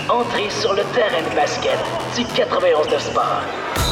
Entrez sur le terrain de basket du 91 de Sport.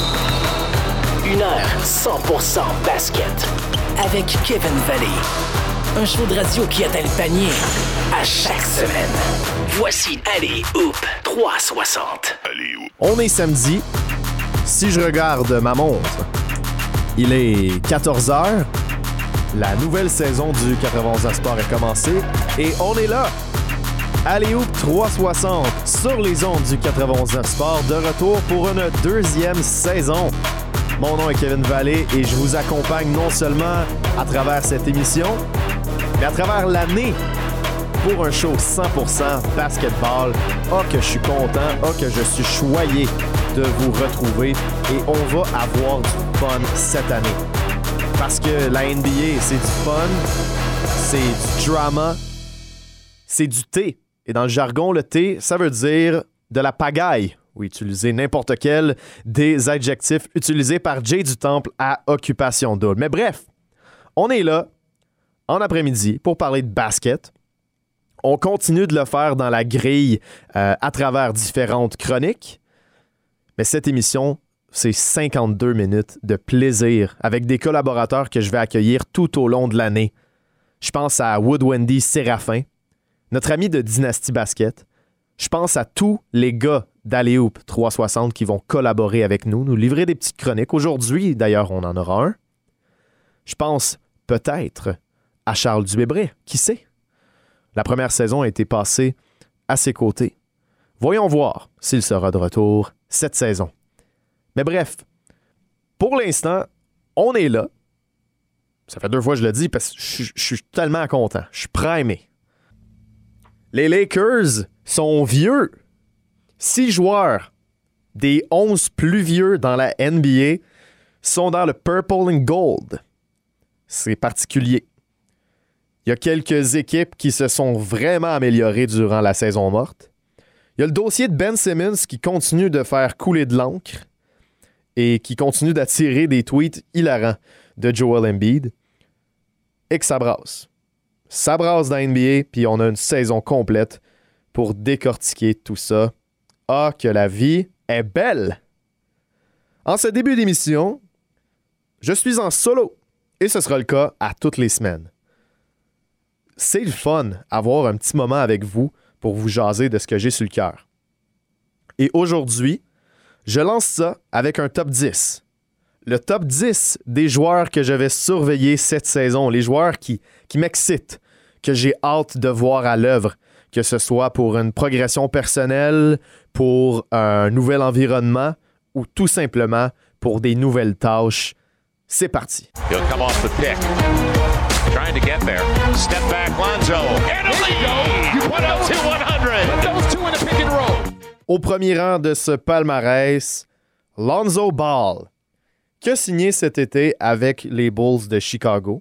Une heure 100% basket. Avec Kevin Valley. Un show de radio qui atteint le panier à chaque semaine. Voici Alley-Oop 360. Alley-Oop. On est samedi. Si je regarde ma montre, il est 14h. La nouvelle saison du 91 Sport est commencée et on est là. Alley-Oop 360 sur les ondes du 91 Sport, de retour pour une deuxième saison. Mon nom est Kevin Valley et je vous accompagne non seulement à travers cette émission, mais à travers l'année pour un show 100% basketball. Oh que je suis content, oh que je suis choyé de vous retrouver et on va avoir du fun cette année. Parce que la NBA, c'est du fun, c'est du drama, c'est du thé. Et dans le jargon, le thé, ça veut dire de la pagaille. Ou utiliser n'importe quel des adjectifs utilisés par Jay du Temple à Occupation Double. Mais bref, on est là en après-midi pour parler de basket. On continue de le faire dans la grille à travers différentes chroniques. Mais cette émission, c'est 52 minutes de plaisir avec des collaborateurs que je vais accueillir tout au long de l'année. Je pense à Wood Wendy Séraphin, notre ami de Dynasty Basket. Je pense à tous les gars d'Alley-Oop 360 qui vont collaborer avec nous livrer des petites chroniques. Aujourd'hui, d'ailleurs, on en aura un. Je pense peut-être à Charles Dubébré. Qui sait? La première saison a été passée à ses côtés. Voyons voir s'il sera de retour cette saison. Mais bref, pour l'instant, on est là. Ça fait 2 fois que je le dis parce que je suis tellement content. Je suis primé. Les Lakers sont vieux. 6 joueurs des 11 plus vieux dans la NBA sont dans le Purple and Gold. C'est particulier. Il y a quelques équipes qui se sont vraiment améliorées durant la saison morte. Il y a le dossier de Ben Simmons qui continue de faire couler de l'encre et qui continue d'attirer des tweets hilarants de Joel Embiid. Et que ça brasse. Ça brasse dans NBA, puis on a une saison complète pour décortiquer tout ça. Ah, que la vie est belle! En ce début d'émission, je suis en solo, et ce sera le cas à toutes les semaines. C'est le fun avoir un petit moment avec vous pour vous jaser de ce que j'ai sur le cœur. Et aujourd'hui, je lance ça avec un top 10. Le top 10 des joueurs que je vais surveiller cette saison, les joueurs qui m'excitent, que j'ai hâte de voir à l'œuvre, que ce soit pour une progression personnelle, pour un nouvel environnement ou tout simplement pour des nouvelles tâches. C'est parti. He'll come off the pick. Trying to get there. Step back, Lonzo. And a lead! 102-100. Those two in the pick and roll. Au premier rang de ce palmarès, Lonzo Ball, qui a signé cet été avec les Bulls de Chicago.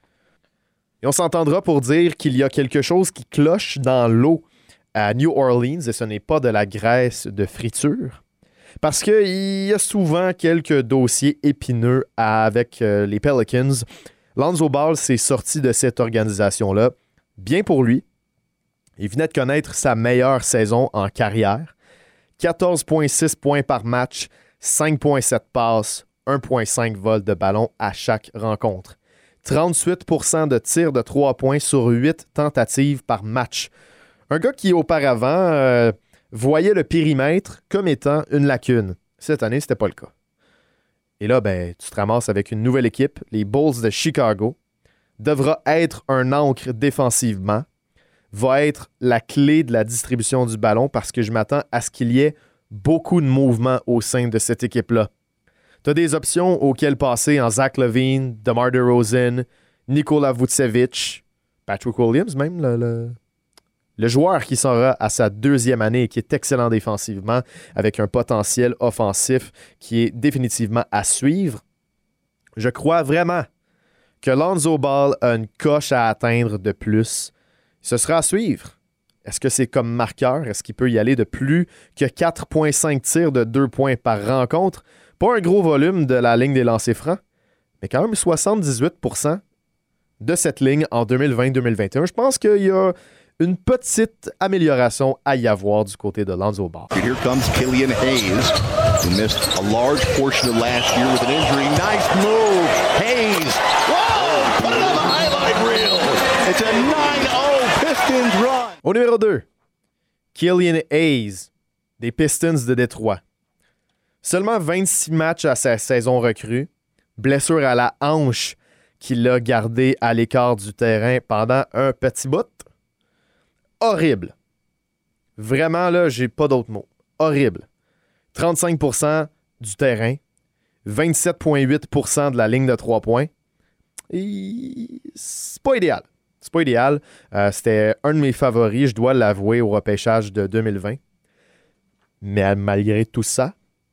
Et on s'entendra pour dire qu'il y a quelque chose qui cloche dans l'eau à New Orleans, et ce n'est pas de la graisse de friture, parce qu'il y a souvent quelques dossiers épineux avec les Pelicans. Lonzo Ball s'est sorti de cette organisation-là. Bien pour lui. Il venait de connaître sa meilleure saison en carrière. 14,6 points par match, 5,7 passes, 1,5 vols de ballon à chaque rencontre. 38% de tirs de 3 points sur 8 tentatives par match. Un gars qui, auparavant, voyait le périmètre comme étant une lacune. Cette année, c'était pas le cas. Et là, tu te ramasses avec une nouvelle équipe, les Bulls de Chicago. Devra être un ancre défensivement. Va être la clé de la distribution du ballon parce que je m'attends à ce qu'il y ait beaucoup de mouvements au sein de cette équipe-là. Tu as des options auxquelles passer en Zach LaVine, DeMar DeRozan, Nikola Vucevic, Patrick Williams même, le joueur qui sera à sa 2e année et qui est excellent défensivement avec un potentiel offensif qui est définitivement à suivre. Je crois vraiment que Lonzo Ball a une coche à atteindre de plus. Ce sera à suivre. Est-ce que c'est comme marqueur? Est-ce qu'il peut y aller de plus que 4,5 tirs de 2 points par rencontre? Pas un gros volume de la ligne des lancers francs, mais quand même 78% de cette ligne en 2020-2021. Je pense qu'il y a une petite amélioration à y avoir du côté de Lonzo Ball. Here comes Killian Hayes, who missed a large portion of last year with an injury. Nice move, Hayes. Whoa! Put it on the highlight reel. It's a 9-0 Pistons run. Au numéro 2, Killian Hayes, des Pistons de Détroit. Seulement 26 matchs à sa saison recrue. Blessure à la hanche qui l'a gardé à l'écart du terrain pendant un petit bout. Horrible. Vraiment, là, j'ai pas d'autres mots. Horrible. 35% du terrain. 27,8% de la ligne de 3 points. Et c'est pas idéal. C'est pas idéal. C'était un de mes favoris, je dois l'avouer, au repêchage de 2020. Mais malgré tout ça,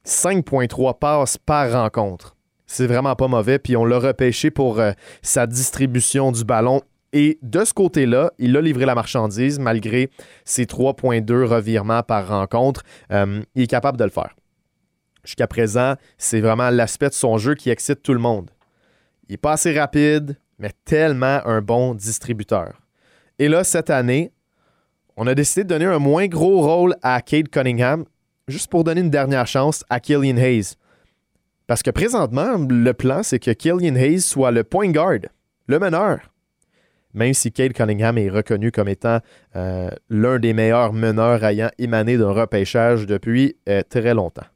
5,3 passes par rencontre. C'est vraiment pas mauvais. Puis on l'a repêché pour sa distribution du ballon. Et de ce côté-là, il a livré la marchandise malgré ses 3,2 revirements par rencontre. Il est capable de le faire. Jusqu'à présent, c'est vraiment l'aspect de son jeu qui excite tout le monde. Il n'est pas assez rapide, mais tellement un bon distributeur. Et là, cette année, on a décidé de donner un moins gros rôle à Cade Cunningham, juste pour donner une dernière chance à Killian Hayes. Parce que présentement, le plan, c'est que Killian Hayes soit le point guard, le meneur. Même si Cade Cunningham est reconnu comme étant l'un des meilleurs meneurs ayant émané d'un repêchage depuis très longtemps.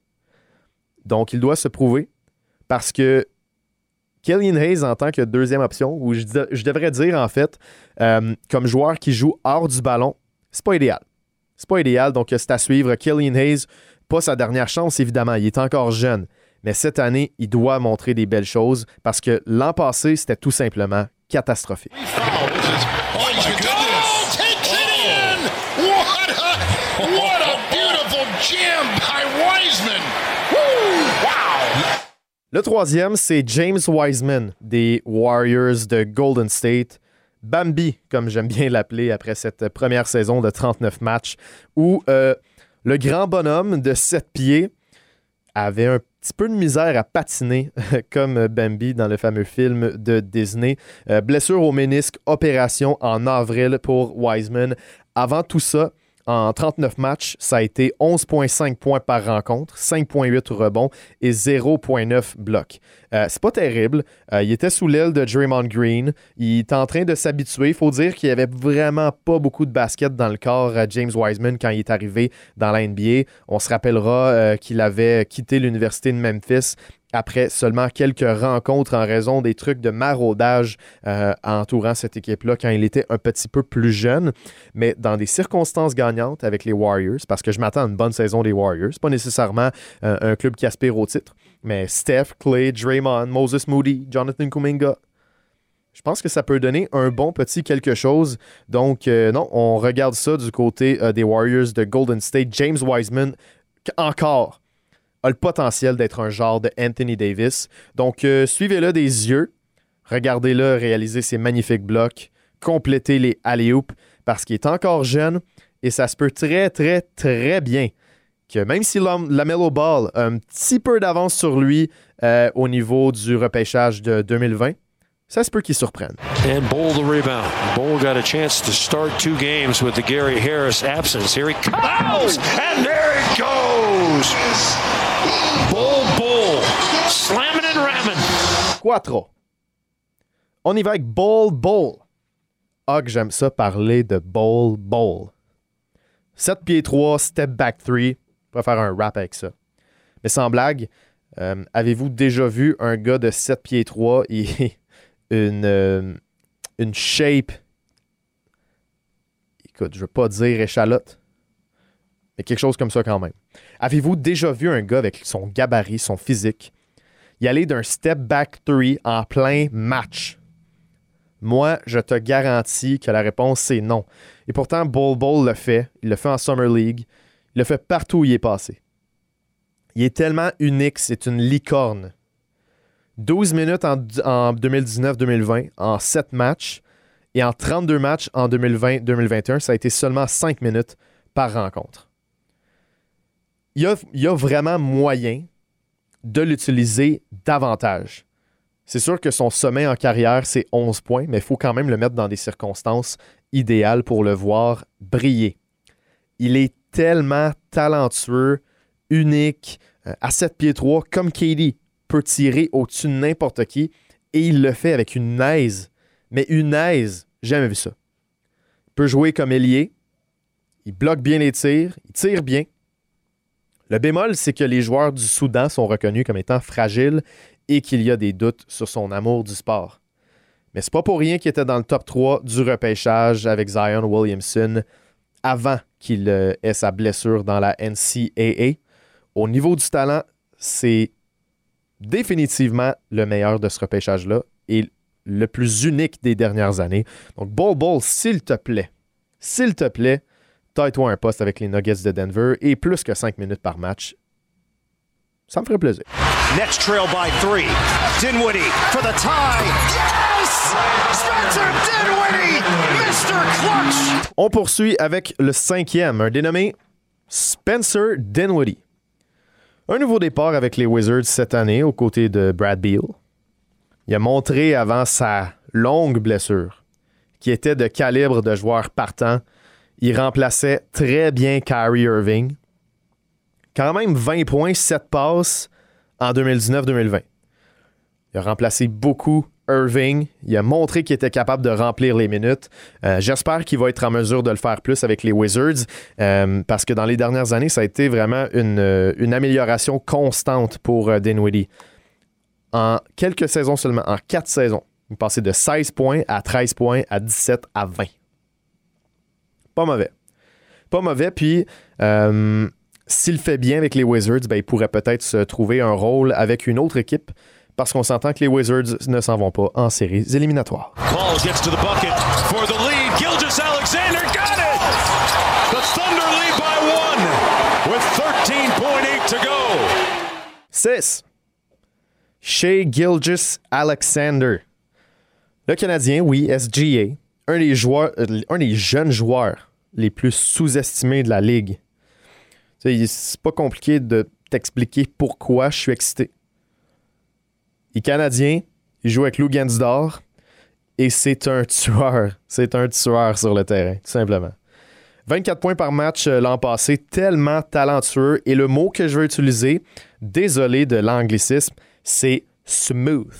Donc, il doit se prouver parce que Killian Hayes, en tant que deuxième option, ou je devrais dire en fait, comme joueur qui joue hors du ballon, c'est pas idéal. C'est pas idéal, donc c'est à suivre. Killian Hayes, pas sa dernière chance, évidemment. Il est encore jeune. Mais cette année, il doit montrer des belles choses parce que l'an passé, c'était tout simplement catastrophique. Oh my goodness! Takes it in! What a beautiful jam by Wiseman! Woo! Wow! Le troisième, c'est James Wiseman des Warriors de Golden State. Bambi, comme j'aime bien l'appeler après cette première saison de 39 matchs, où le grand bonhomme de 7 pieds avait un petit peu de misère à patiner comme Bambi dans le fameux film de Disney. Blessure au ménisque, opération en avril pour Wiseman. Avant tout ça, en 39 matchs, ça a été 11,5 points par rencontre, 5,8 rebonds et 0,9 blocs. C'est pas terrible. Il était sous l'aile de Draymond Green. Il est en train de s'habituer. Il faut dire qu'il n'y avait vraiment pas beaucoup de basket dans le corps à James Wiseman quand il est arrivé dans la NBA. On se rappellera qu'il avait quitté l'université de Memphis après seulement quelques rencontres en raison des trucs de maraudage entourant cette équipe-là quand il était un petit peu plus jeune. Mais dans des circonstances gagnantes avec les Warriors, parce que je m'attends à une bonne saison des Warriors, pas nécessairement un club qui aspire au titre, mais Steph, Clay, Draymond, Moses Moody, Jonathan Kuminga, je pense que ça peut donner un bon petit quelque chose. Donc, non, on regarde ça du côté des Warriors de Golden State. James Wiseman, encore, a le potentiel d'être un genre de Anthony Davis. Donc, suivez-le des yeux. Regardez-le réaliser ses magnifiques blocs. Complétez les alley-oops parce qu'il est encore jeune et ça se peut très, très, très bien que même si LaMelo Ball a un petit peu d'avance sur lui au niveau du repêchage de 2020, ça se peut qu'il surprenne. And Bol the rebound. Bol got a chance to start 2 games with the Gary Harris absence. Here he comes! And there it goes! Bol, slamming and ramming. 4. On y va avec Bol. Ah, que j'aime ça parler de Bol. 7 pieds 3, step back 3. On peut faire un rap avec ça. Mais sans blague, avez-vous déjà vu un gars de 7 pieds 3 et une shape, écoute, je veux pas dire échalote, mais quelque chose comme ça quand même. Avez-vous déjà vu un gars avec son gabarit, son physique, y aller d'un step back 3 en plein match? Moi, je te garantis que la réponse, c'est non. Et pourtant, Bol le fait. Il le fait en Summer League. Il le fait partout où il est passé. Il est tellement unique, c'est une licorne. 12 minutes en 2019-2020, en 7 matchs, et en 32 matchs en 2020-2021, ça a été seulement 5 minutes par rencontre. Il y a vraiment moyen de l'utiliser davantage. C'est sûr que son sommet en carrière, c'est 11 points, mais il faut quand même le mettre dans des circonstances idéal pour le voir briller. Il est tellement talentueux, unique, à 7 pieds 3, comme KD, peut tirer au-dessus de n'importe qui, et il le fait avec une aise. Mais une aise, jamais vu ça. Il peut jouer comme ailier, il bloque bien les tirs, il tire bien. Le bémol, c'est que les joueurs du Soudan sont reconnus comme étant fragiles et qu'il y a des doutes sur son amour du sport. Mais c'est pas pour rien qu'il était dans le top 3 du repêchage avec Zion Williamson avant qu'il ait sa blessure dans la NCAA. Au niveau du talent, c'est définitivement le meilleur de ce repêchage-là et le plus unique des dernières années. Donc, Bol, s'il te plaît, taille-toi un poste avec les Nuggets de Denver et plus que 5 minutes par match. Ça me ferait plaisir. Nets trail by 3. Dinwiddie for the tie. Yes! Spencer Dinwiddie, Mr. Clutch! On poursuit avec le 5e, un dénommé Spencer Dinwiddie. Un nouveau départ avec les Wizards cette année aux côtés de Brad Beal. Il a montré avant sa longue blessure qu'il était de calibre de joueur partant. Il remplaçait très bien Kyrie Irving. Quand même 20 points, 7 passes en 2019-2020. Il a remplacé beaucoup Irving. Il a montré qu'il était capable de remplir les minutes. J'espère qu'il va être en mesure de le faire plus avec les Wizards parce que dans les dernières années, ça a été vraiment une amélioration constante pour Dinwiddie. En quelques saisons seulement, en 4 saisons, il est passé de 16 points à 13 points à 17 à 20. Pas mauvais. Puis, s'il fait bien avec les Wizards, il pourrait peut-être se trouver un rôle avec une autre équipe parce qu'on s'entend que les Wizards ne s'en vont pas en séries éliminatoires. Paul gets to the bucket for the lead. Gilgeous-Alexander got it! The Thunder lead by 1 with 13.8 to go. 6. Shai Gilgeous-Alexander. Le Canadien, oui, SGA, un des jeunes joueurs les plus sous-estimés de la Ligue. C'est pas compliqué de t'expliquer pourquoi je suis excité. Il est Canadien, il joue avec Lou Gansdor et c'est un tueur. C'est un tueur sur le terrain, tout simplement. 24 points par match l'an passé, tellement talentueux. Et le mot que je veux utiliser, désolé de l'anglicisme, c'est smooth.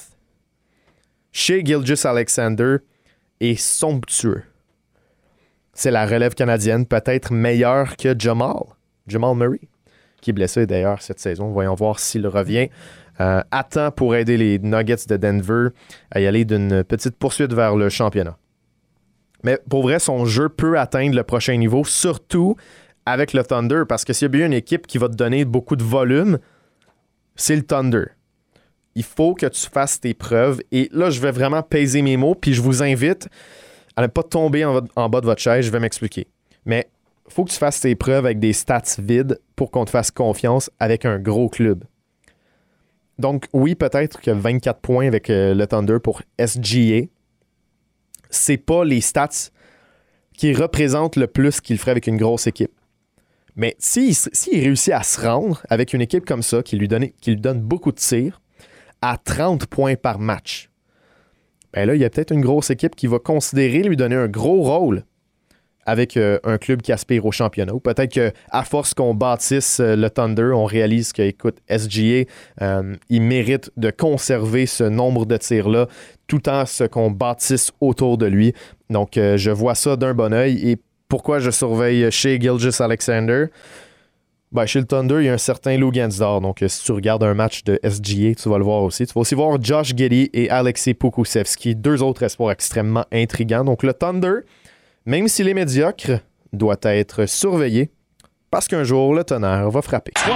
Shai Gilgeous-Alexander est somptueux. C'est la relève canadienne, peut-être meilleure que Jamal Murray, qui est blessé d'ailleurs cette saison. Voyons voir s'il revient à temps pour aider les Nuggets de Denver à y aller d'une petite poursuite vers le championnat. Mais pour vrai, son jeu peut atteindre le prochain niveau, surtout avec le Thunder, parce que s'il y a bien une équipe qui va te donner beaucoup de volume, c'est le Thunder. Il faut que tu fasses tes preuves. Et là, je vais vraiment peser mes mots, puis je vous invite à ne pas tomber en bas de votre chaise. Je vais m'expliquer. Mais il faut que tu fasses tes preuves avec des stats vides pour qu'on te fasse confiance avec un gros club. Donc, oui, peut-être que 24 points avec le Thunder pour SGA, c'est pas les stats qui représentent le plus qu'il ferait avec une grosse équipe. Mais s'il réussit à se rendre avec une équipe comme ça, qui lui donne beaucoup de tirs, à 30 points par match, ben là, il y a peut-être une grosse équipe qui va considérer lui donner un gros rôle avec un club qui aspire au championnat. Ou peut-être qu'à force qu'on bâtisse le Thunder, on réalise que, écoute, SGA, il mérite de conserver ce nombre de tirs-là tout en ce qu'on bâtisse autour de lui. Donc, je vois ça d'un bon œil. Et pourquoi je surveille Shai Gilgeous-Alexander? Ben, chez le Thunder, il y a un certain Lou Gansdor. Donc, si tu regardes un match de SGA, tu vas le voir aussi. Tu vas aussi voir Josh Giddey et Alexei Pokusevski, deux autres espoirs extrêmement intrigants. Donc, le Thunder, même s'il est médiocre, doit être surveillé parce qu'un jour, le tonnerre va frapper. 12-109.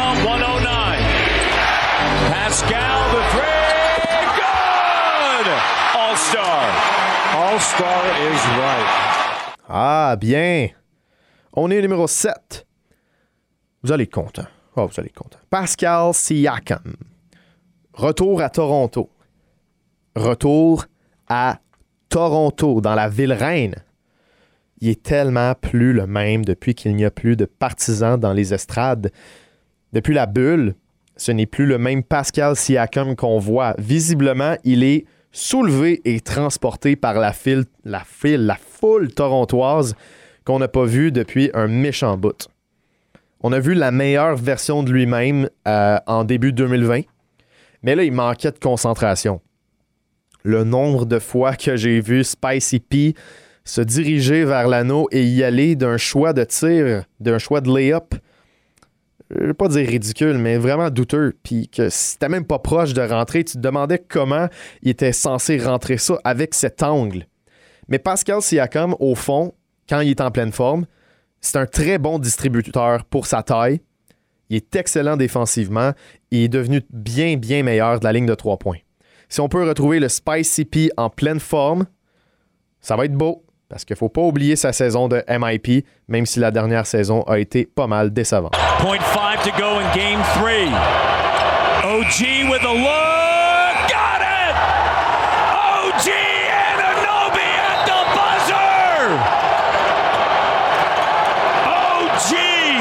Pascal, the three. Good! All-star. All-star is right. Ah, bien. On est au numéro 7. Vous allez être content. Oh, vous allez être content. Pascal Siakam. Retour à Toronto. Retour à Toronto, dans la ville reine. Il est tellement plus le même depuis qu'il n'y a plus de partisans dans les estrades. Depuis la bulle, ce n'est plus le même Pascal Siakam qu'on voit. Visiblement, il est soulevé et transporté par la foule full torontoise qu'on n'a pas vu depuis un méchant bout. On a vu la meilleure version de lui-même en début 2020, mais là, il manquait de concentration. Le nombre de fois que j'ai vu Spicy P se diriger vers l'anneau et y aller d'un choix de tir, d'un choix de lay-up, je vais pas dire ridicule, mais vraiment douteux, puis que c'était même pas proche de rentrer, tu te demandais comment il était censé rentrer ça avec cet angle. Mais Pascal Siakam, au fond, quand il est en pleine forme, c'est un très bon distributeur pour sa taille. Il est excellent défensivement. Il est devenu bien, bien meilleur de la ligne de 3 points. Si on peut retrouver le Spicy P en pleine forme, ça va être beau. Parce qu'il ne faut pas oublier sa saison de MIP, même si la dernière saison a été pas mal décevante. 0.5 to go in Game 3. OG with a look. Got it! OG Anunoby at the buzzer! OG!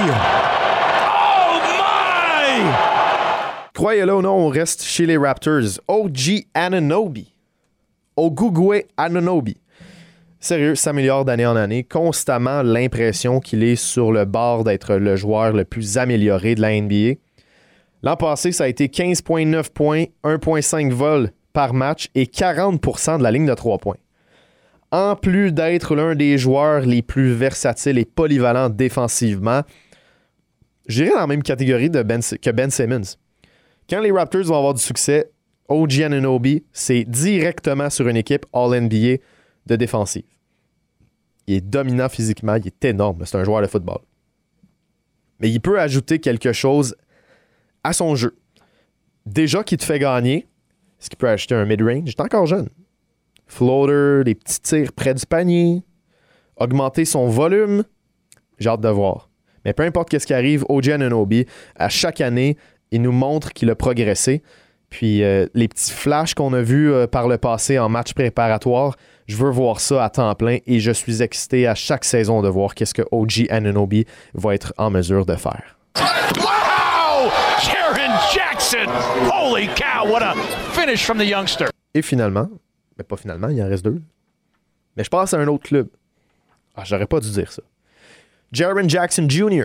Oh my! Croyez-le ou non, on reste chez les Raptors. OG Anunoby. Ogugwe Anunoby. Sérieux, s'améliore d'année en année. Constamment l'impression qu'il est sur le bord d'être le joueur le plus amélioré de la NBA. L'an passé, ça a été 15,9 points, 1,5 vols par match et 40% de la ligne de 3 points. En plus d'être l'un des joueurs les plus versatiles et polyvalents défensivement, j'irais dans la même catégorie que Ben Simmons. Quand les Raptors vont avoir du succès, OG Anunoby, c'est directement sur une équipe All-NBA de défensive. Il est dominant physiquement, il est énorme, c'est un joueur de football. Mais il peut ajouter quelque chose à son jeu. Déjà qu'il te fait gagner, est-ce qu'il peut acheter un mid-range? Il est encore jeune. Floater, des petits tirs près du panier, augmenter son volume, j'ai hâte de voir. Mais peu importe ce qui arrive, OG Anunoby, à chaque année, il nous montre qu'il a progressé. Puis les petits flashs qu'on a vus par le passé en match préparatoire, je veux voir ça à temps plein et je suis excité à chaque saison de voir qu'est-ce que OG Anunoby va être en mesure de faire. Wow! Jaren Jackson! Holy cow, what a finish from the youngster! Et finalement, mais pas finalement, il en reste 2. Mais je passe à un autre club. Ah, j'aurais pas dû dire ça. Jaren Jackson Jr.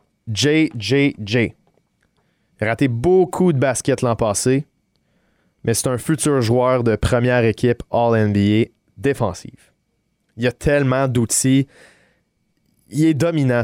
JJJ. Il a raté beaucoup de basket l'an passé, mais c'est un futur joueur de première équipe All-NBA défensive. Il a tellement d'outils. Il est dominant.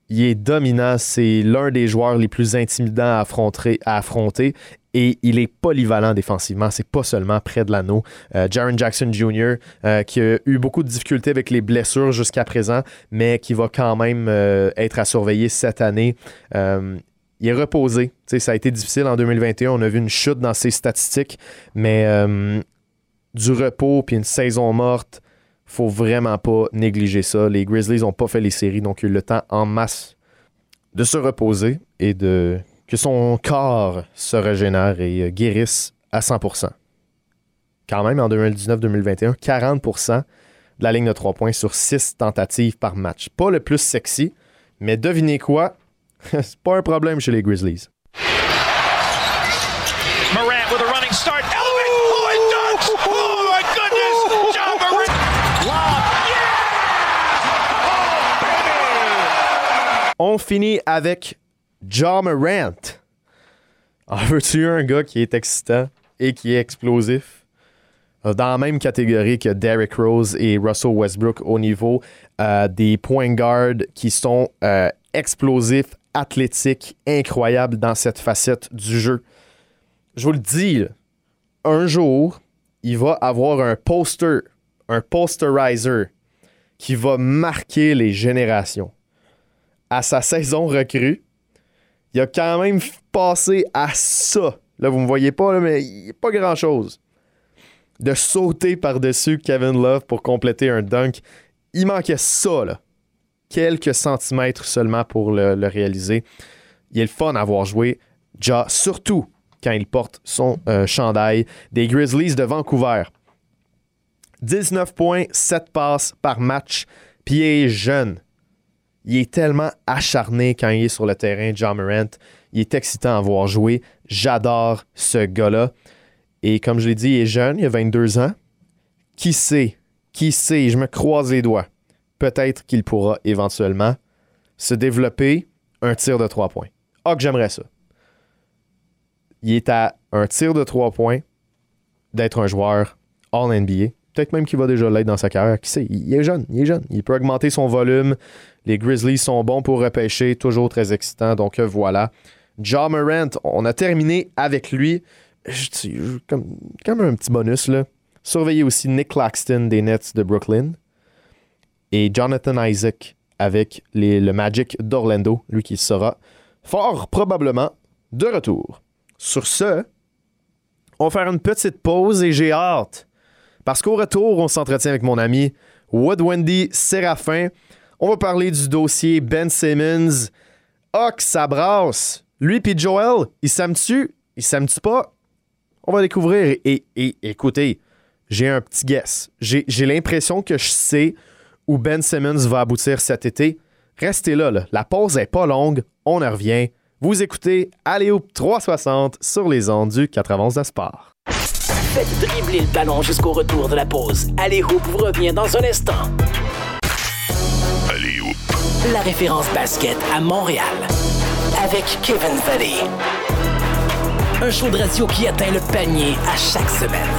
C'est l'un des joueurs les plus intimidants à affronter et il est polyvalent défensivement. C'est pas seulement près de l'anneau. Jaren Jackson Jr., qui a eu beaucoup de difficultés avec les blessures jusqu'à présent, mais qui va quand même être à surveiller cette année. Il est reposé. T'sais, ça a été difficile en 2021. On a vu une chute dans ses statistiques, mais du repos puis une saison morte, faut vraiment pas négliger ça. Les Grizzlies n'ont pas fait les séries, donc il a eu le temps en masse de se reposer et que son corps se régénère et guérisse à 100%. Quand même, en 2019-2021, 40% de la ligne de 3 points sur 6 tentatives par match. Pas le plus sexy, mais devinez quoi? C'est pas un problème chez les Grizzlies. Morant with a running start. Elevate! Oh, it dunks! Oh, my goodness! Ja Morant! Lob! Yeah! Oh, baby! On finit avec Ja Morant. En veux-tu un gars qui est excitant et qui est explosif? Dans la même catégorie que Derrick Rose et Russell Westbrook au niveau des point guards qui sont explosifs, athlétiques, incroyables dans cette facette du jeu. Je vous le dis, là, un jour, il va avoir un posterizer qui va marquer les générations. À sa saison recrue, il a quand même passé à ça. Là, vous me voyez pas, là, mais il n'y a pas grand-chose. De sauter par-dessus Kevin Love pour compléter un dunk. Il manquait ça, là. Quelques centimètres seulement pour le réaliser. Il est le fun à avoir joué. Ja, surtout quand il porte son chandail des Grizzlies de Vancouver. 19 points, 7 passes par match. Puis il est jeune. Il est tellement acharné quand il est sur le terrain, Ja Morant. Il est excitant à voir jouer. J'adore ce gars-là. Et comme je l'ai dit, il est jeune, il a 22 ans. Qui sait qui sait, je me croise les doigts, peut-être qu'il pourra éventuellement se développer un tir de 3 points. Ah, que j'aimerais ça. Il est à un tir de 3 points d'être un joueur All-NBA. Peut-être même qu'il va déjà l'être dans sa carrière. Qui sait? Il est jeune. Il peut augmenter son volume. Les Grizzlies sont bons pour repêcher. Toujours très excitant. Donc voilà. Ja Morant, on a terminé avec lui. Comme un petit bonus, là. Surveillez aussi Nick Claxton des Nets de Brooklyn. Et Jonathan Isaac avec le Magic d'Orlando. Lui qui sera fort probablement de retour. Sur ce, on va faire une petite pause et j'ai hâte. Parce qu'au retour, on s'entretient avec mon ami Wood-Wendy Séraphin. On va parler du dossier Ben Simmons. Ah, que ça brasse! Lui puis Joel, ils s'aiment-tu? Ils s'aiment-tu pas? On va découvrir. Et écoutez, j'ai un petit guess. J'ai l'impression que je sais où Ben Simmons va aboutir cet été. Restez là. La pause est pas longue. On en revient. Vous écoutez Alley-Oop 360 sur les ondes du 91 de Sport. Faites dribbler le ballon jusqu'au retour de la pause. Alley-Oop vous revient dans un instant. Alley-Oop. La référence basket à Montréal. Avec Kevin Valley. Un show de radio qui atteint le panier à chaque semaine.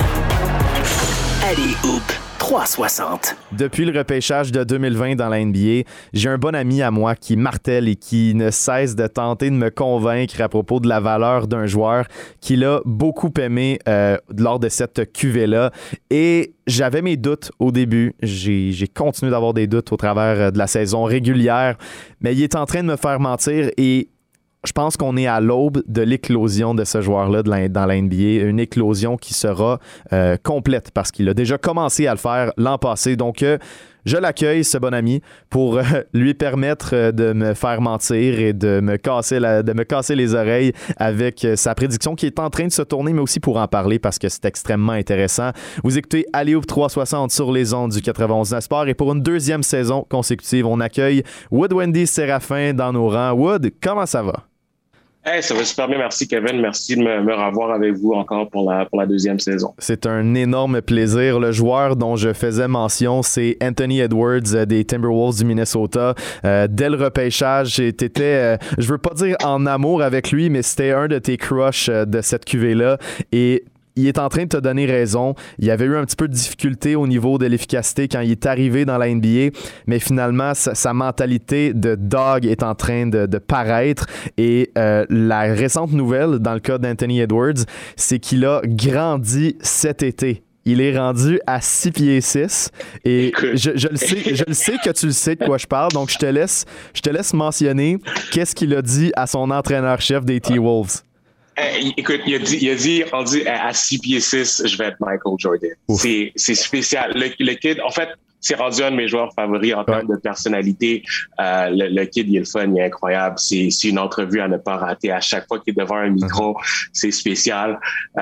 Alley-Oop 360. Depuis le repêchage de 2020 dans la NBA, j'ai un bon ami à moi qui martèle et qui ne cesse de tenter de me convaincre à propos de la valeur d'un joueur qu'il a beaucoup aimé lors de cette cuvée-là. Et j'avais mes doutes au début. J'ai continué d'avoir des doutes au travers de la saison régulière, mais il est en train de me faire mentir et je pense qu'on est à l'aube de l'éclosion de ce joueur-là dans la NBA. Une éclosion qui sera complète parce qu'il a déjà commencé à le faire l'an passé. Donc, je l'accueille, ce bon ami, pour lui permettre de me faire mentir et de me casser les oreilles avec sa prédiction qui est en train de se tourner, mais aussi pour en parler parce que c'est extrêmement intéressant. Vous écoutez Alley-Oop 360 sur les ondes du 91 Sport et pour une deuxième saison consécutive, on accueille Wood-Wendy Séraphin dans nos rangs. Wood, comment ça va? Hey, ça va super bien, merci Kevin. Merci de me revoir avec vous encore pour la deuxième saison. C'est un énorme plaisir. Le joueur dont je faisais mention, c'est Anthony Edwards des Timberwolves du Minnesota. Dès le repêchage, t'étais, je veux pas dire en amour avec lui, mais c'était un de tes crushs de cette cuvée-là. Et il est en train de te donner raison. Il y avait eu un petit peu de difficulté au niveau de l'efficacité quand il est arrivé dans la NBA, mais finalement, sa mentalité de dog est en train de paraître. Et la récente nouvelle, dans le cas d'Anthony Edwards, c'est qu'il a grandi cet été. Il est rendu à 6 pieds 6 et je le sais que tu le sais de quoi je parle, donc je te laisse mentionner qu'est-ce qu'il a dit à son entraîneur-chef des T-Wolves. Écoute, il a dit à 6 pieds 6, je vais être Michael Jordan. C'est spécial. Le kid, en fait, c'est rendu un de mes joueurs favoris en termes de personnalité. Le kid, il est le fun, il est incroyable. C'est une entrevue à ne pas rater. À chaque fois qu'il est devant un micro, c'est spécial.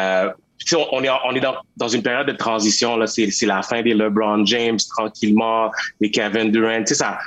On est dans une période de transition. Là, c'est la fin des LeBron James, tranquillement, des Kevin Durant.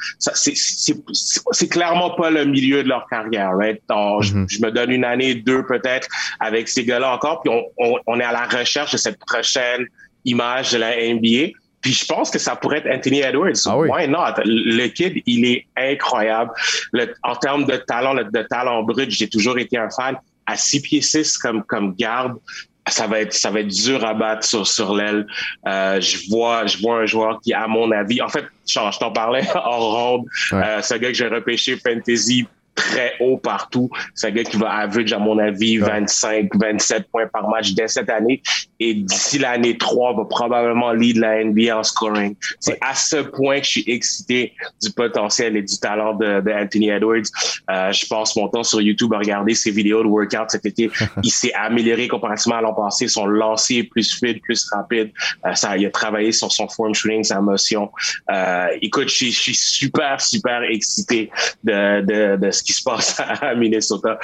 C'est clairement pas le milieu de leur carrière. Right? Je me donne une année, 2 peut-être, avec ces gars-là encore. Puis on est à la recherche de cette prochaine image de la NBA. Puis je pense que ça pourrait être Anthony Edwards. Ah oui. Why not? Le kid, il est incroyable. En termes de talent brut, j'ai toujours été un fan. À 6 pieds 6 comme garde, ça va être dur à battre sur l'aile. Je vois un joueur qui, à mon avis, en fait, je t'en parlais hors ronde. C'est un gars que j'ai repêché fantasy très haut partout. C'est un gars qui va average, à mon avis, 25, 27 points par match dès cette année. Et d'ici l'année 3, va probablement lead la NBA en scoring. C'est à ce point que je suis excité du potentiel et du talent de Anthony Edwards. Je passe mon temps sur YouTube à regarder ses vidéos de workout cet été. Il s'est amélioré comparativement à l'an passé. Son lancer est plus fluide, plus rapide. Il a travaillé sur son form shooting, sa motion. Écoute, je suis super excité de ce qui se passe à Minnesota.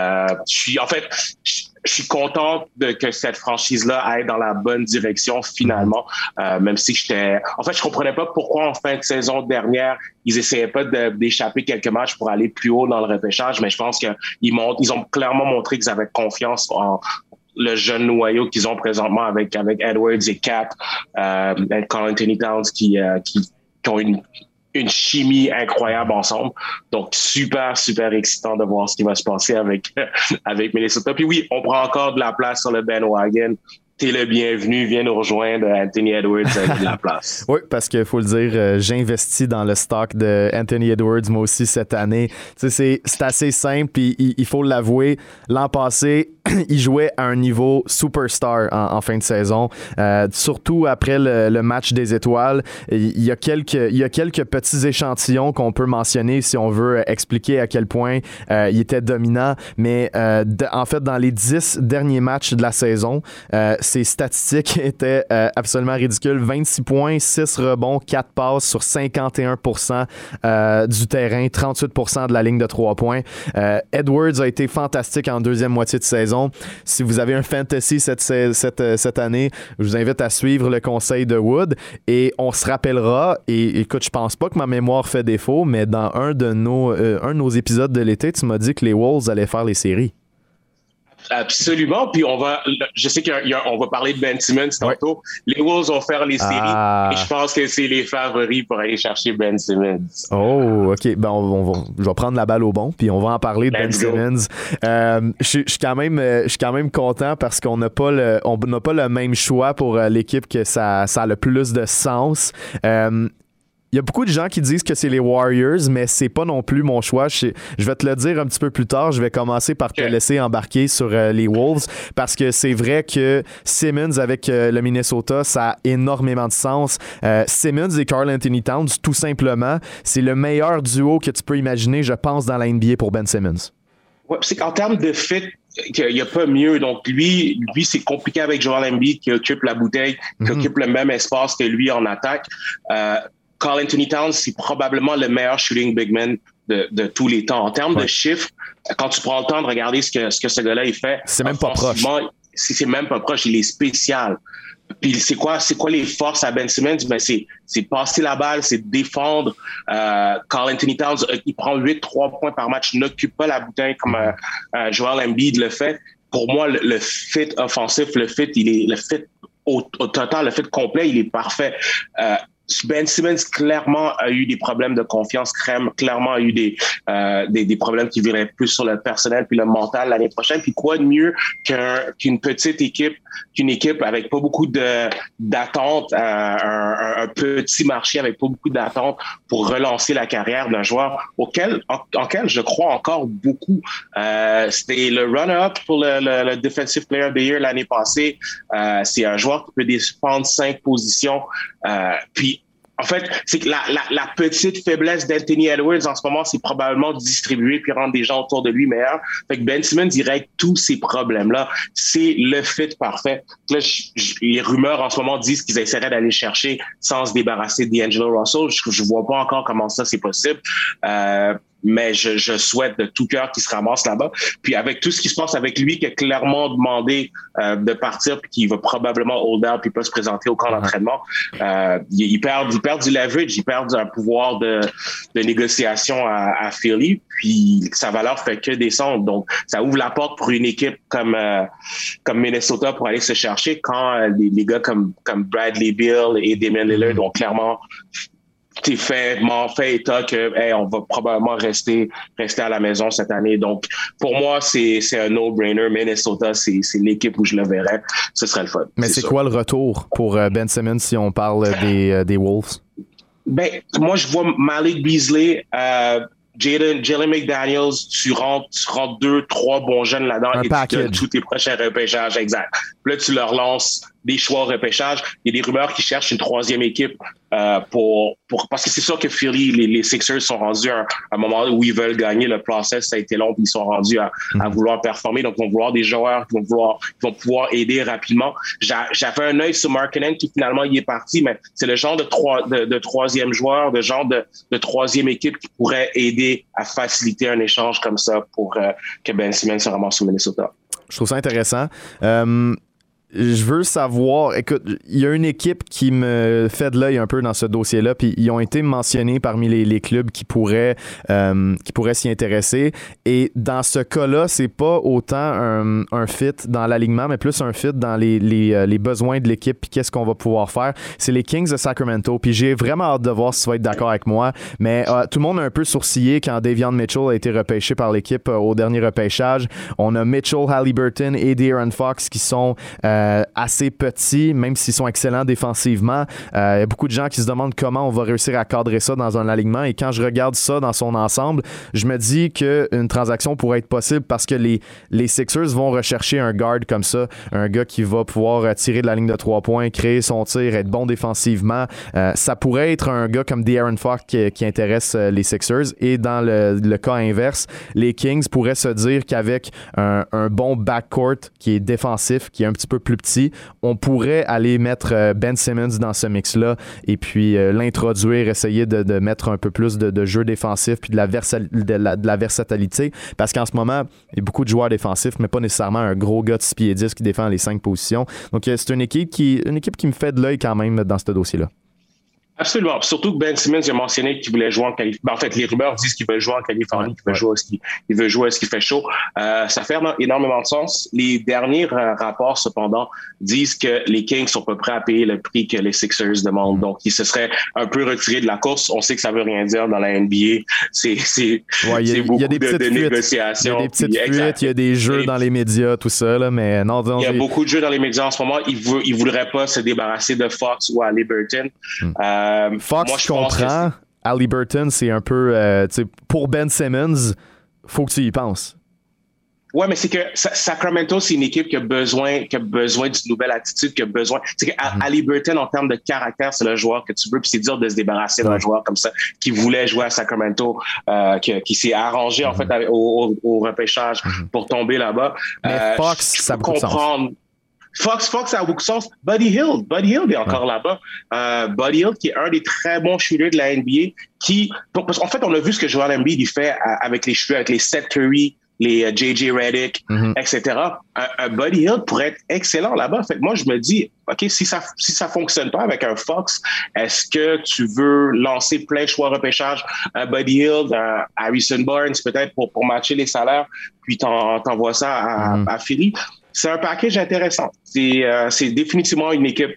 Je suis content que cette franchise-là aille dans la bonne direction finalement, même si je comprenais pas pourquoi en fin de saison dernière, ils essayaient pas d'échapper quelques matchs pour aller plus haut dans le repêchage, mais je pense qu'ils ont clairement montré qu'ils avaient confiance le jeune noyau qu'ils ont présentement avec Edwards et Cap, et Karl Anthony Towns qui ont une chimie incroyable ensemble. Donc, super, super excitant de voir ce qui va se passer avec Minnesota. Puis oui, on prend encore de la place sur le bandwagon. T'es le bienvenu, viens nous rejoindre, Anthony Edwards avec de la place. Oui, parce qu'il faut le dire, j'investis dans le stock de Anthony Edwards, moi aussi, cette année. Tu sais, c'est assez simple, puis il faut l'avouer. L'an passé, il jouait à un niveau superstar en fin de saison. Surtout après le match des étoiles. Il y a quelques petits échantillons qu'on peut mentionner si on veut expliquer à quel point il était dominant. Mais en fait, dans les 10 derniers matchs de la saison, ses statistiques étaient absolument ridicules. 26 points, 6 rebonds, 4 passes sur 51% du terrain, 38% de la ligne de 3 points. Edwards a été fantastique en deuxième moitié de saison. Si vous avez un fantasy cette année, je vous invite à suivre le conseil de Wood et on se rappellera, et écoute, je pense pas que ma mémoire fait défaut, mais dans un de nos épisodes de l'été, tu m'as dit que les Wolves allaient faire les séries. Absolument. Puis je sais qu'on va parler de Ben Simmons tantôt. Ouais. Les Wolves vont faire les séries et je pense que c'est les favoris pour aller chercher Ben Simmons. Oh, OK. Ben, je vais prendre la balle au bon puis on va en parler de Ben Simmons. Je suis quand même content parce qu'on n'a pas le même choix pour l'équipe que ça a le plus de sens. Il y a beaucoup de gens qui disent que c'est les Warriors, mais c'est pas non plus mon choix. Je vais te le dire un petit peu plus tard. Je vais commencer par te laisser embarquer sur les Wolves parce que c'est vrai que Simmons avec le Minnesota, ça a énormément de sens. Simmons et Karl Anthony Towns, tout simplement, c'est le meilleur duo que tu peux imaginer, je pense, dans la NBA pour Ben Simmons. Ouais, c'est qu'en termes de fit, il n'y a pas mieux. Donc, lui, c'est compliqué avec Joel Embiid qui occupe la bouteille, qui occupe le même espace que lui en attaque. Karl Anthony Towns, c'est probablement le meilleur shooting big man de tous les temps. En termes de chiffres, quand tu prends le temps de regarder ce que ce gars-là il fait, c'est même pas proche. C'est même pas proche. Il est spécial. Puis c'est quoi les forces à Ben Simmons? Ben c'est passer la balle, c'est défendre. Karl Anthony Towns, il prend 3 points par match, n'occupe pas la bouteille comme Joel Embiid le fait. Pour moi, le fit offensif, le fit au total, le fit complet, il est parfait. Ben Simmons clairement a eu des problèmes de confiance, clairement a eu des problèmes qui viraient plus sur le personnel puis le mental l'année prochaine. Puis quoi de mieux qu'une petite équipe, qu'une équipe avec pas beaucoup d'attentes, un petit marché avec pas beaucoup d'attentes pour relancer la carrière d'un joueur auquel je crois encore beaucoup. C'était le runner-up pour le Defensive Player of the Year l'année passée. C'est un joueur qui peut défendre 5 positions. Puis en fait, c'est que la petite faiblesse d'Anthony Edwards en ce moment, c'est probablement distribuer puis rendre des gens autour de lui meilleurs. Fait que Ben Simmons, il règle tous ces problèmes-là. C'est le fit parfait. Là, les rumeurs en ce moment disent qu'ils essaieraient d'aller chercher sans se débarrasser d'Angelo Russell. Je vois pas encore comment ça c'est possible. Mais je souhaite de tout cœur qu'il se ramasse là-bas. Puis avec tout ce qui se passe avec lui, qui a clairement demandé de partir, puis qui va probablement hold out, puis pas se présenter au camp d'entraînement, il perd du leverage, il perd un pouvoir de négociation à Philly, puis sa valeur fait que descendre. Donc, ça ouvre la porte pour une équipe comme Minnesota pour aller se chercher quand les gars comme Bradley Beal et Damian Lillard ont clairement fait état que on va probablement rester à la maison cette année. Donc, pour moi, c'est un no-brainer. Minnesota, c'est l'équipe où je le verrais. Ce serait le fun. Mais c'est quoi le retour pour Ben Simmons si on parle des Wolves? Ben, moi, je vois Malik Beasley, Jalen McDaniels, tu rentres 2-3 bons jeunes là-dedans et tu donnes tous tes prochains repêchages. Exact. Puis là, tu leur lances des choix repêchage. Il y a des rumeurs qui cherchent une 3e équipe parce que c'est sûr que Philly, les Sixers sont rendus à un moment où ils veulent gagner. Le process, ça a été long, puis ils sont rendus à vouloir performer. Donc, ils vont vouloir des joueurs qui vont pouvoir aider rapidement. J'avais un œil sur Markkanen qui finalement y est parti, mais c'est le genre de 3e joueur, de genre de 3e équipe qui pourrait aider à faciliter un échange comme ça pour que Ben Simmons se ramasse au Minnesota. Je trouve ça intéressant. je veux savoir, écoute, il y a une équipe qui me fait de l'œil un peu dans ce dossier-là, puis ils ont été mentionnés parmi les clubs qui pourraient s'y intéresser. Et dans ce cas-là, c'est pas autant un fit dans l'alignement, mais plus un fit dans les besoins de l'équipe, puis qu'est-ce qu'on va pouvoir faire. C'est les Kings de Sacramento, puis j'ai vraiment hâte de voir si tu vas être d'accord avec moi, mais tout le monde a un peu sourcillé quand Davion Mitchell a été repêché par l'équipe au dernier repêchage. On a Mitchell, Haliburton et De'Aaron Fox qui sont assez petits, même s'ils sont excellents défensivement. Il y a beaucoup de gens qui se demandent comment on va réussir à cadrer ça dans un alignement, et quand je regarde ça dans son ensemble, je me dis qu'une transaction pourrait être possible parce que les Sixers vont rechercher un guard comme ça, un gars qui va pouvoir tirer de la ligne de 3 points, créer son tir, être bon défensivement. Ça pourrait être un gars comme De'Aaron Fox qui intéresse les Sixers, et dans le cas inverse, les Kings pourraient se dire qu'avec un bon backcourt qui est défensif, qui est un petit peu plus petit, on pourrait aller mettre Ben Simmons dans ce mix-là et puis l'introduire, essayer de mettre un peu plus de jeu défensif puis de la versatilité, parce qu'en ce moment, il y a beaucoup de joueurs défensifs, mais pas nécessairement un gros gars de 6 pieds 10 qui défend les 5 positions. Donc, c'est une équipe qui me fait de l'œil quand même dans ce dossier-là. Absolument. Surtout que Ben Simmons a mentionné qu'il voulait jouer en Californie. En fait, les rumeurs disent qu'il veut jouer en Californie, qu'il veut jouer à ce qu'il fait chaud. Ça fait énormément de sens. Les derniers rapports, cependant, disent que les Kings sont pas prêts à payer le prix que les Sixers demandent. Donc, ils se seraient un peu retirés de la course. On sait que ça veut rien dire dans la NBA. C'est beaucoup de négociations. Il y a des petites fuites, il y a des jeux dans les médias, tout ça, là, mais non. Il y a beaucoup de jeux dans les médias en ce moment. Ils voudraient pas se débarrasser de Fox ou Haliburton. Fox, moi, je comprends. Haliburton, c'est un peu... pour Ben Simmons, faut que tu y penses. Ouais, mais c'est que Sacramento, c'est une équipe qui a besoin d'une nouvelle attitude, qui a besoin... C'est que Haliburton, en termes de caractère, c'est le joueur que tu veux, puis c'est dur de se débarrasser d'un joueur comme ça, qui voulait jouer à Sacramento, qui s'est arrangé, en fait, au repêchage pour tomber là-bas. Mais Fox, ça a beaucoup de sens. Fox a beaucoup de sens. Buddy Hield est encore là-bas. Buddy Hield, qui est un des très bons shooters de la NBA, parce qu'en fait, on a vu ce que Joel Embiid fait avec les shooters, avec les Seth Curry, les J.J. Redick, etc. Buddy Hield pourrait être excellent là-bas. Fait que moi, je me dis, OK, si ça fonctionne pas avec un Fox, est-ce que tu veux lancer plein de choix repêchage, un Buddy Hield, un Harrison Barnes, peut-être pour matcher les salaires, puis t'envoies ça à Philly? C'est un package intéressant. C'est définitivement une équipe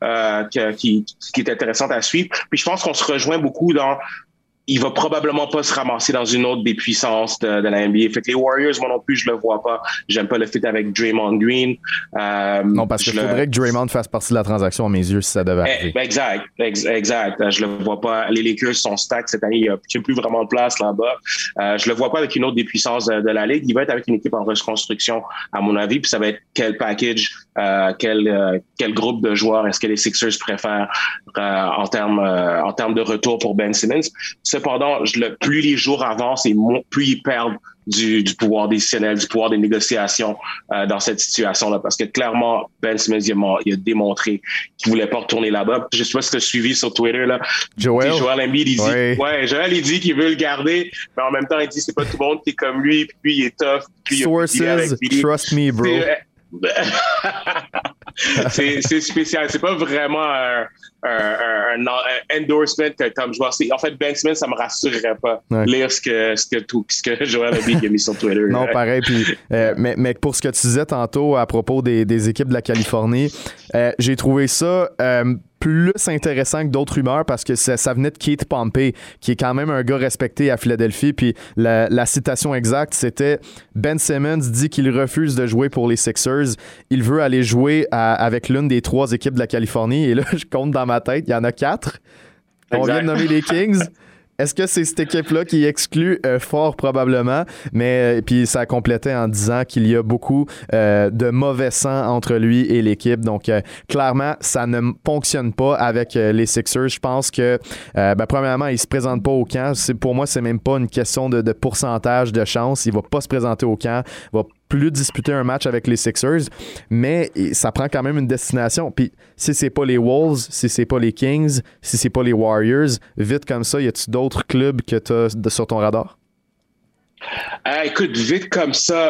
qui est intéressante à suivre. Puis je pense qu'on se rejoint beaucoup dans... Il va probablement pas se ramasser dans une autre des puissances de la NBA. Fait que les Warriors, moi non plus, je le vois pas. J'aime pas le fit avec Draymond Green. Non, parce qu'il faudrait que Draymond fasse partie de la transaction à mes yeux si ça devait arriver. Exact. Je le vois pas. Les Lakers sont stack cette année. Il n'y a plus vraiment de place là-bas. Je le vois pas avec une autre des puissances de la Ligue. Il va être avec une équipe en reconstruction, à mon avis. Puis ça va être quel package, quel groupe de joueurs est-ce que les Sixers préfèrent en termes de retour pour Ben Simmons. Cependant, plus les jours avancent et plus ils perdent du pouvoir décisionnel, du pouvoir des négociations dans cette situation-là. Parce que clairement, Ben Simmons, il a démontré qu'il voulait pas retourner là-bas. Je sais pas si tu as suivi sur Twitter, là. Joel Embiid, il dit, Joel, il dit qu'il veut le garder, mais en même temps, il dit c'est pas tout le monde qui est comme lui, puis lui, il est tough. Puis Sources, trust me, bro. C'est spécial. C'est pas vraiment un endorsement comme joueur. En fait, Ben Simmons, ça me rassurerait pas lire ce que Joel Embiid a mis sur Twitter. Non, pareil. Puis, mais pour ce que tu disais tantôt à propos des équipes de la Californie, j'ai trouvé ça plus intéressant que d'autres rumeurs parce que ça venait de Keith Pompey, qui est quand même un gars respecté à Philadelphie. Puis la citation exacte, c'était Ben Simmons dit qu'il refuse de jouer pour les Sixers. Il veut aller jouer avec l'une des 3 équipes de la Californie. Et là, je compte dans ma tête, il y en a 4. On vient de nommer les Kings. Est-ce que c'est cette équipe-là qui exclut fort probablement, mais puis ça a complété en disant qu'il y a beaucoup de mauvais sang entre lui et l'équipe. Donc clairement, ça ne fonctionne pas avec les Sixers. Je pense que premièrement, il se présente pas au camp. Pour moi, c'est même pas une question de pourcentage de chance. Il va pas se présenter au camp. Il va plus disputer un match avec les Sixers, mais ça prend quand même une destination. Puis si c'est pas les Wolves, si c'est pas les Kings, si c'est pas les Warriors, vite comme ça, y a-tu d'autres clubs que tu as sur ton radar? Écoute, vite comme ça,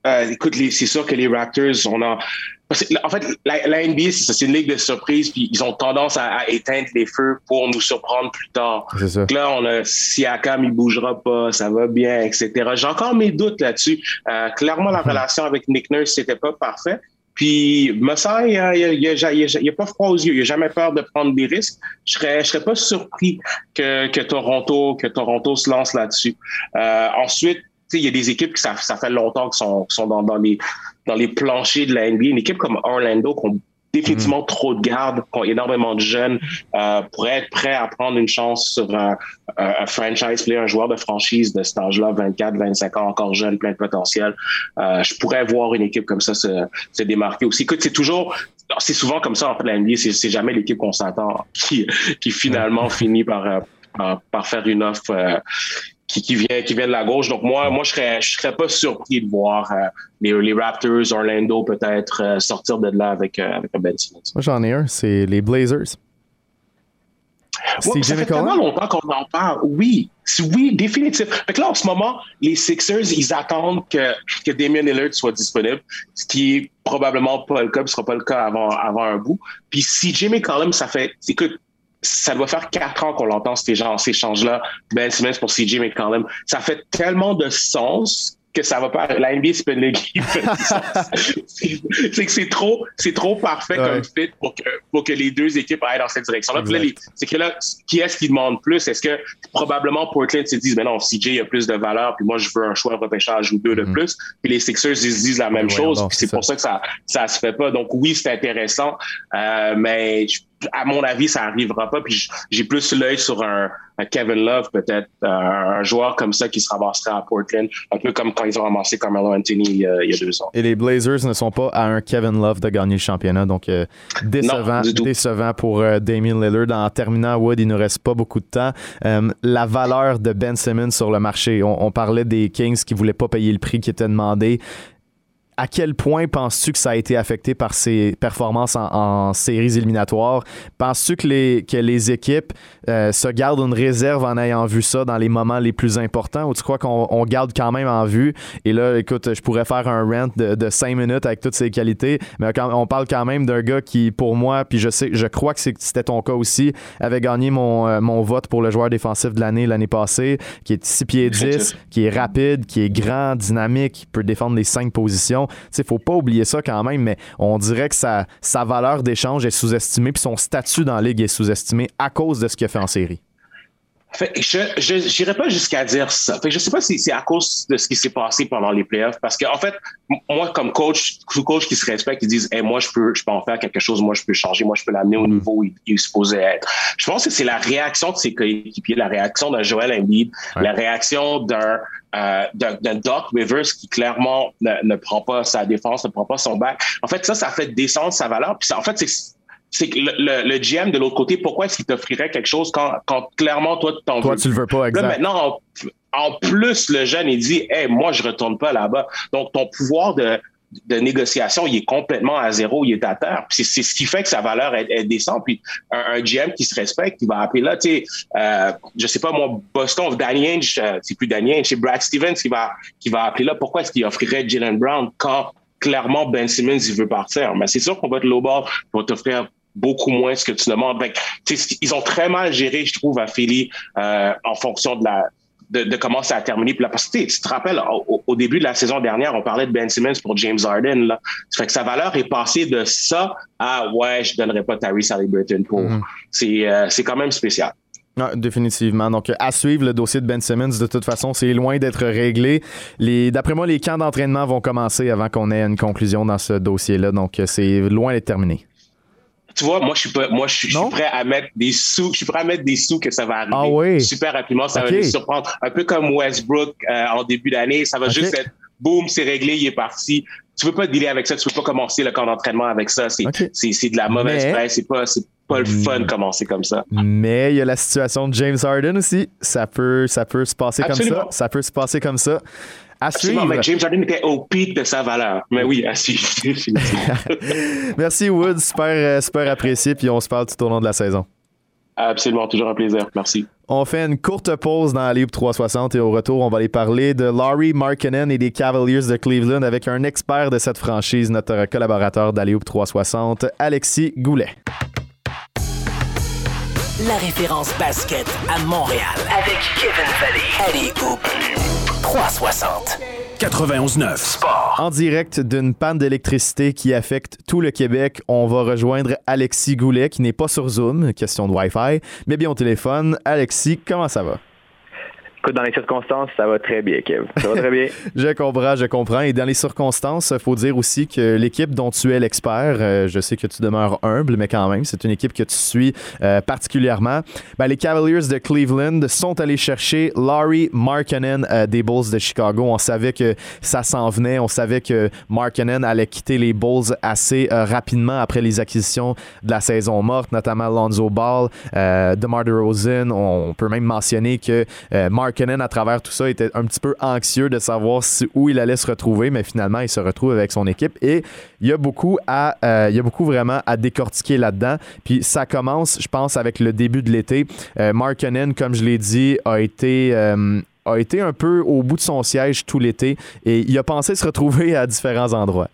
Écoute, c'est sûr que les Raptors, en fait, la NBA, c'est une ligue de surprises, puis ils ont tendance à éteindre les feux pour nous surprendre plus tard. C'est ça. Donc là, on a Siakam, il bougera pas, ça va bien, etc. J'ai encore mes doutes là-dessus. Clairement, la relation avec Nick Nurse, c'était pas parfait. Puis, Masai, il a pas froid aux yeux. Il a jamais peur de prendre des risques. Je serais pas surpris que Toronto se lance là-dessus. Ensuite, il y a des équipes qui ça fait longtemps qu'ils sont dans les planchers de la NBA. Une équipe comme Orlando qui ont définitivement trop de gardes, qui ont énormément de jeunes, pourraient être prêts à prendre une chance sur un franchise player, un joueur de franchise de cet âge-là, 24, 25 ans, encore jeune, plein de potentiel. Je pourrais voir une équipe comme ça se démarquer aussi. Écoute, c'est souvent comme ça en fait la NBA, c'est jamais l'équipe qu'on s'attend qui finalement finit par faire une offre qui vient de la gauche. Donc moi je serais pas surpris de voir les Raptors, Orlando peut-être sortir de là avec un Ben Simmons. Moi j'en ai un, c'est les Blazers. Ouais, ça fait tellement longtemps qu'on en parle. Oui, définitivement. Fait que là, en ce moment, les Sixers, ils attendent que Damian Lillard soit disponible, ce qui est probablement pas le cas, ce sera pas le cas avant un bout. Puis CJ McCollum, ça doit faire 4 ans qu'on l'entend, ces échanges-là, Ben Simmons pour CJ McCollum. Ça fait tellement de sens que ça va pas. La NBA, c'est pas une ligue qui fait du sens. C'est que c'est trop parfait comme fit pour que les deux équipes aillent dans cette direction-là. Puis là, c'est que là, qui est-ce qui demande plus? Est-ce que probablement Portland se disent, mais non, CJ a plus de valeur, puis moi, je veux un choix de repêchage ou 2 de plus. Puis les Sixers, ils se disent la même chose. Puis c'est pour ça que ça se fait pas. Donc oui, c'est intéressant, mais à mon avis, ça arrivera pas. Puis j'ai plus l'œil sur un Kevin Love, peut-être, un joueur comme ça qui se ramasserait à Portland, un peu comme quand ils ont ramassé Carmelo Anthony il y a 2 ans. Et les Blazers ne sont pas à un Kevin Love de gagner le championnat, donc décevant pour Damian Lillard. En terminant, Wood, il ne nous reste pas beaucoup de temps. La valeur de Ben Simmons sur le marché, on parlait des Kings qui ne voulaient pas payer le prix qui était demandé. À quel point penses-tu que ça a été affecté par ses performances en séries éliminatoires? Penses-tu que les équipes se gardent une réserve en ayant vu ça dans les moments les plus importants, ou tu crois qu'on garde quand même en vue? Et là, écoute, je pourrais faire un rant de 5 minutes avec toutes ses qualités, mais on parle quand même d'un gars qui, pour moi, puis je crois que c'était ton cas aussi, avait gagné mon vote pour le joueur défensif de l'année passée, qui est 6 pieds 10, qui est rapide, qui est grand, dynamique, qui peut défendre les 5 positions. Il ne faut pas oublier ça quand même, mais on dirait que sa valeur d'échange est sous-estimée, puis son statut dans la ligue est sous-estimé à cause de ce qu'il a fait en série. Je n'irais pas jusqu'à dire ça. Je ne sais pas si c'est à cause de ce qui s'est passé pendant les playoffs, parce qu'en fait, moi, comme coach, tout coach qui se respecte, ils disent hey, moi, je peux en faire quelque chose, moi, je peux changer, moi, je peux l'amener au niveau où il est supposé être. Je pense que c'est la réaction de ses coéquipiers, la réaction d'un Joel Embiid, la réaction d'un Doc Rivers qui clairement ne prend pas sa défense, ne prend pas son back. En fait, ça fait descendre sa valeur. Puis ça, en fait, c'est que le GM de l'autre côté, pourquoi est-ce qu'il t'offrirait quelque chose quand clairement toi t'en veux? Toi, tu le veux pas, exact. Là, maintenant, en plus, le jeune, il dit hey, moi, je retourne pas là-bas. Donc, ton pouvoir de négociation, il est complètement à zéro, il est à terre. Puis c'est ce qui fait que sa valeur elle descend. Puis un GM qui se respecte, il va appeler là, tu sais, je sais pas moi, Boston, Danny Ainge, c'est plus Danny Ainge, c'est Brad Stevens qui va appeler là. Pourquoi est-ce qu'il offrirait Jaylen Brown quand clairement Ben Simmons il veut partir? Mais c'est sûr qu'on va te lowball, on va t'offrir beaucoup moins ce que tu demandes. Ils ont très mal géré, je trouve, à Philly en fonction de comment ça a terminé. Puis là, parce que tu te rappelles, au début de la saison dernière, on parlait de Ben Simmons pour James Harden. Là. Ça fait que sa valeur est passée de ça à ouais, je donnerais pas Tyrese Haliburton pour. C'est quand même spécial. Non, définitivement. Donc, à suivre le dossier de Ben Simmons. De toute façon, c'est loin d'être réglé. D'après moi, les camps d'entraînement vont commencer avant qu'on ait une conclusion dans ce dossier-là. Donc, c'est loin d'être terminé. Tu vois, moi, je suis prêt à mettre des sous. Je suis prêt à mettre des sous que ça va arriver. Ah oui. Super rapidement, ça va nous surprendre. Un peu comme Westbrook en début d'année. Ça va juste être boum, c'est réglé, il est parti. Tu veux pas dealer avec ça. Tu veux pas commencer le camp d'entraînement avec ça. C'est de la mauvaise presse. C'est pas le fun de commencer comme ça. Mais il y a la situation de James Harden aussi. Ça peut se passer comme ça. Ça peut se passer comme ça. À suivre. Mais James Harden était au pic de sa valeur. Mais oui, à suivre. Merci Wood, super apprécié, puis on se parle tout au long de la saison. Absolument, toujours un plaisir. Merci. On fait une courte pause dans la Ligue 360 et au retour, on va aller parler de Lauri Markkanen et des Cavaliers de Cleveland avec un expert de cette franchise, notre collaborateur d'Alley-Oop 360, Alexis Goulet. La référence basket à Montréal avec Kevin Valley. Alley-Oop 360. 91.9 Sport. En direct d'une panne d'électricité qui affecte tout le Québec, on va rejoindre Alexis Goulet qui n'est pas sur Zoom, question de Wi-Fi, mais bien au téléphone. Alexis, comment ça va? Écoute, dans les circonstances, ça va très bien, Kev. Ça va très bien. Je comprends. Et dans les circonstances, il faut dire aussi que l'équipe dont tu es l'expert, je sais que tu demeures humble, mais quand même, c'est une équipe que tu suis particulièrement. Ben, les Cavaliers de Cleveland sont allés chercher Lauri Markkanen des Bulls de Chicago. On savait que ça s'en venait. On savait que Markkanen allait quitter les Bulls assez rapidement après les acquisitions de la saison morte, notamment Lonzo Ball, DeMar DeRozan. On peut même mentionner que Markkanen, à travers tout ça, était un petit peu anxieux de savoir où il allait se retrouver, mais finalement, il se retrouve avec son équipe et il y a beaucoup vraiment à décortiquer là-dedans. Puis ça commence, je pense, avec le début de l'été. Markkanen, comme je l'ai dit, a été un peu au bout de son siège tout l'été et il a pensé se retrouver à différents endroits.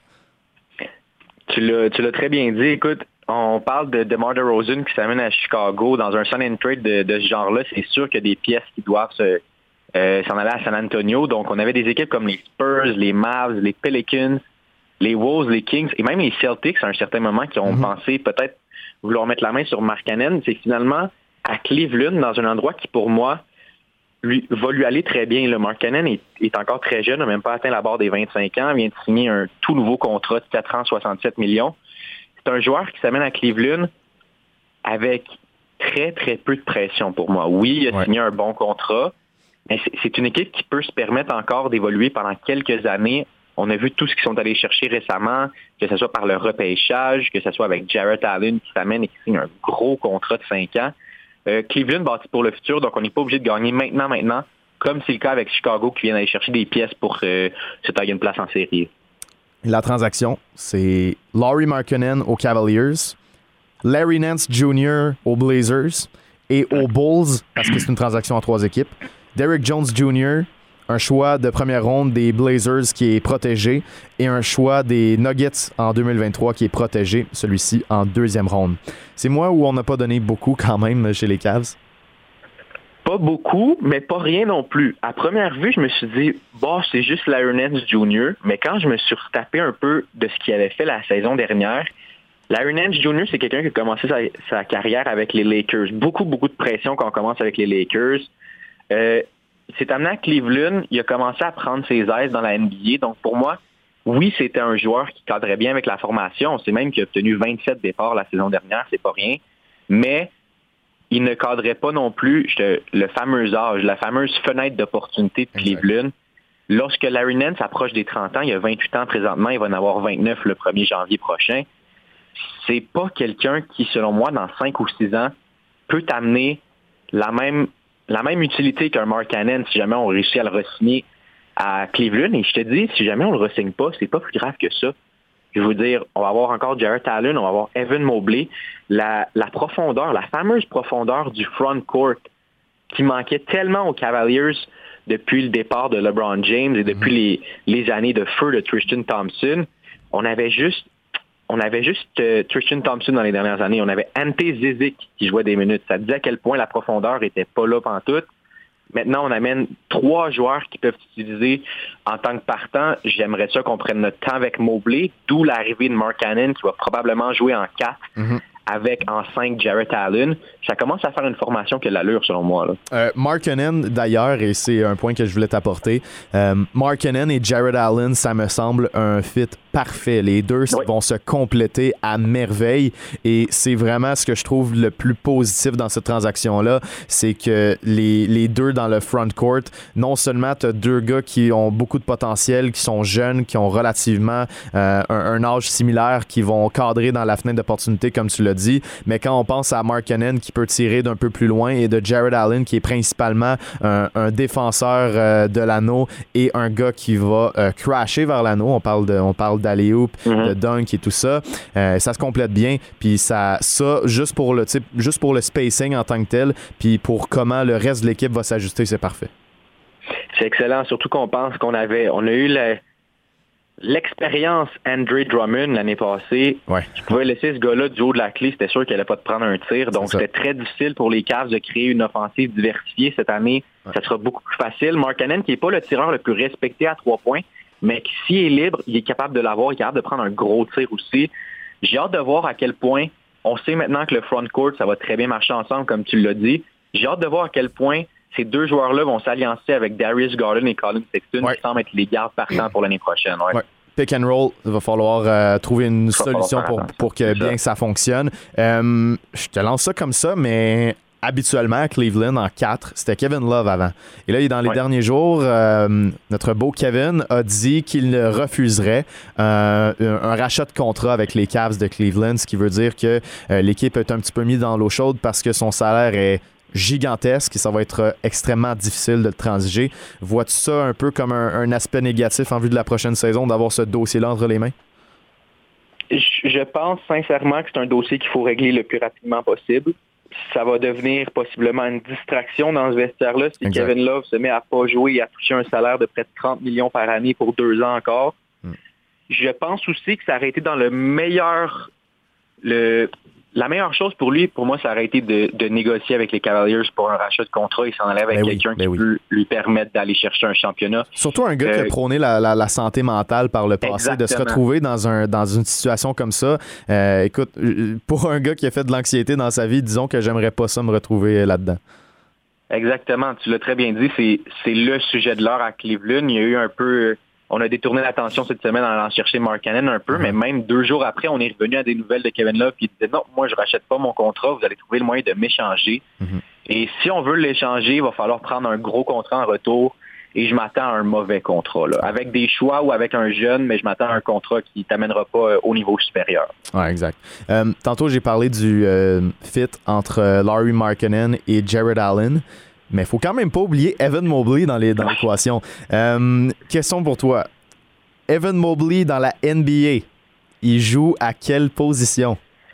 Tu l'as très bien dit. Écoute, on parle de DeMar DeRozan qui s'amène à Chicago dans un sign and trade de ce genre-là. C'est sûr qu'il y a des pièces qui doivent s'en aller à San Antonio. Donc, on avait des équipes comme les Spurs, les Mavs, les Pelicans, les Wolves, les Kings et même les Celtics à un certain moment qui ont pensé peut-être vouloir mettre la main sur Markkanen. C'est finalement à Cleveland, dans un endroit qui, pour moi, va lui aller très bien. Markkanen est encore très jeune, n'a même pas atteint la barre des 25 ans, vient de signer un tout nouveau contrat de 4 ans, 67 millions. C'est un joueur qui s'amène à Cleveland avec très, très peu de pression pour moi. Oui, il a signé un bon contrat, mais c'est une équipe qui peut se permettre encore d'évoluer pendant quelques années. On a vu tout ce qu'ils sont allés chercher récemment, que ce soit par le repêchage, que ce soit avec Jarrett Allen qui s'amène et qui signe un gros contrat de 5 ans. Cleveland bâtit pour le futur, donc on n'est pas obligé de gagner maintenant, comme c'est le cas avec Chicago qui vient d'aller chercher des pièces pour se tailler une place en série. La transaction, c'est Lauri Markkanen aux Cavaliers, Larry Nance Jr. aux Blazers et aux Bulls, parce que c'est une transaction en 3 équipes, Derrick Jones Jr., un choix de première ronde des Blazers qui est protégé et un choix des Nuggets en 2023 qui est protégé, celui-ci en 2e ronde. C'est moi où on n'a pas donné beaucoup quand même chez les Cavs? Pas beaucoup, mais pas rien non plus. À première vue, je me suis dit, c'est juste Larry Nance Jr., mais quand je me suis retapé un peu de ce qu'il avait fait la saison dernière, Larry Nance Jr., c'est quelqu'un qui a commencé sa carrière avec les Lakers. Beaucoup de pression quand on commence avec les Lakers. Il s'est amené à Cleveland, il a commencé à prendre ses aises dans la NBA. Donc pour moi, oui, c'était un joueur qui cadrait bien avec la formation. C'est même qu'il a obtenu 27 départs la saison dernière, c'est pas rien. Mais il ne cadrait pas non plus le fameux âge, la fameuse fenêtre d'opportunité de Cleveland. Lorsque Larry Nance approche des 30 ans, il a 28 ans présentement, il va en avoir 29 le 1er janvier prochain. C'est pas quelqu'un qui, selon moi, dans 5 ou 6 ans, peut t'amener la même utilité qu'un Markkanen si jamais on réussit à le re-signer à Cleveland. Et je te dis, si jamais on le re-signe pas, c'est pas plus grave que ça. Je veux dire, on va avoir encore Jarrett Allen, on va avoir Evan Mobley. La profondeur, la fameuse profondeur du front court qui manquait tellement aux Cavaliers depuis le départ de LeBron James et depuis les années de feu de Tristan Thompson. On avait juste Tristan Thompson dans les dernières années. On avait Ante Zizic qui jouait des minutes. Ça disait à quel point la profondeur était pas là pantoute. Maintenant, on amène 3 joueurs qui peuvent s'utiliser en tant que partant. J'aimerais ça qu'on prenne notre temps avec Mobley, d'où l'arrivée de Markkanen qui va probablement jouer en 4 avec en 5 Jarrett Allen. Ça commence à faire une formation qui a de l'allure, selon moi. Markkanen, d'ailleurs, et c'est un point que je voulais t'apporter, Markkanen et Jarrett Allen, ça me semble un fit parfait. Les deux vont se compléter à merveille et c'est vraiment ce que je trouve le plus positif dans cette transaction-là, c'est que les deux dans le front court, non seulement tu as 2 gars qui ont beaucoup de potentiel, qui sont jeunes, qui ont relativement un âge similaire, qui vont cadrer dans la fenêtre d'opportunité, comme tu l'as dit, mais quand on pense à Markkanen qui peut tirer d'un peu plus loin et de Jarrett Allen qui est principalement un défenseur de l'anneau et un gars qui va crasher vers l'anneau, on parle d'alley-oop, de dunk et tout ça. Ça se complète bien. Puis ça juste pour le spacing en tant que tel, puis pour comment le reste de l'équipe va s'ajuster, c'est parfait. C'est excellent, surtout qu'on pense on a eu l'expérience Andre Drummond l'année passée. Ouais. Je pouvais laisser ce gars-là du haut de la clé, c'était sûr qu'il n'allait pas te prendre un tir. Donc, c'était très difficile pour les Cavs de créer une offensive diversifiée. Cette année, ça sera beaucoup plus facile. Markkanen, qui n'est pas le tireur le plus respecté à 3 points, mais qui, s'il est libre, il est capable de l'avoir, il est capable de prendre un gros tir aussi. J'ai hâte de voir à quel point, on sait maintenant que le front court, ça va très bien marcher ensemble, comme tu l'as dit. J'ai hâte de voir à quel point ces deux joueurs-là vont s'alliancer avec Darius Garland et Colin Sexton, qui semblent être les gardes partants pour l'année prochaine. Ouais. Pick and roll, il va falloir trouver une solution pour que bien que ça fonctionne. Je te lance ça comme ça, mais habituellement à Cleveland en 4, c'était Kevin Love avant. Et là, dans les derniers jours, notre beau Kevin a dit qu'il refuserait un rachat de contrat avec les Cavs de Cleveland, ce qui veut dire que l'équipe est un petit peu mise dans l'eau chaude parce que son salaire est gigantesque et ça va être extrêmement difficile de le transiger. Vois-tu ça un peu comme un aspect négatif en vue de la prochaine saison, d'avoir ce dossier-là entre les mains? Je pense sincèrement que c'est un dossier qu'il faut régler le plus rapidement possible. Ça va devenir possiblement une distraction dans ce vestiaire-là si Kevin Love se met à pas jouer et à toucher un salaire de près de 30 millions par année pour 2 ans encore. Je pense aussi que ça aurait été dans la meilleure chose pour lui, pour moi, ça aurait été de négocier avec les Cavaliers pour un rachat de contrat et s'en aller avec quelqu'un qui peut lui permettre d'aller chercher un championnat. Surtout un gars qui a prôné la santé mentale par le passé, exactement. De se retrouver dans une situation comme ça. Écoute, pour un gars qui a fait de l'anxiété dans sa vie, disons que j'aimerais pas ça me retrouver là-dedans. Exactement, tu l'as très bien dit, c'est le sujet de l'heure à Cleveland. Il y a eu un peu... On a détourné l'attention cette semaine en allant chercher Markkanen un peu, mais même 2 jours après, on est revenu à des nouvelles de Kevin Love qui disait non, moi je rachète pas mon contrat, vous allez trouver le moyen de m'échanger. Et si on veut l'échanger, il va falloir prendre un gros contrat en retour et je m'attends à un mauvais contrat, là, avec des choix ou avec un jeune, mais je m'attends à un contrat qui t'amènera pas au niveau supérieur. Oui, exact. Tantôt, j'ai parlé du fit entre Lauri Markkanen et Jared Allen. Mais il faut quand même pas oublier Evan Mobley dans l'équation. Question pour toi. Evan Mobley dans la NBA, il joue à quelle position?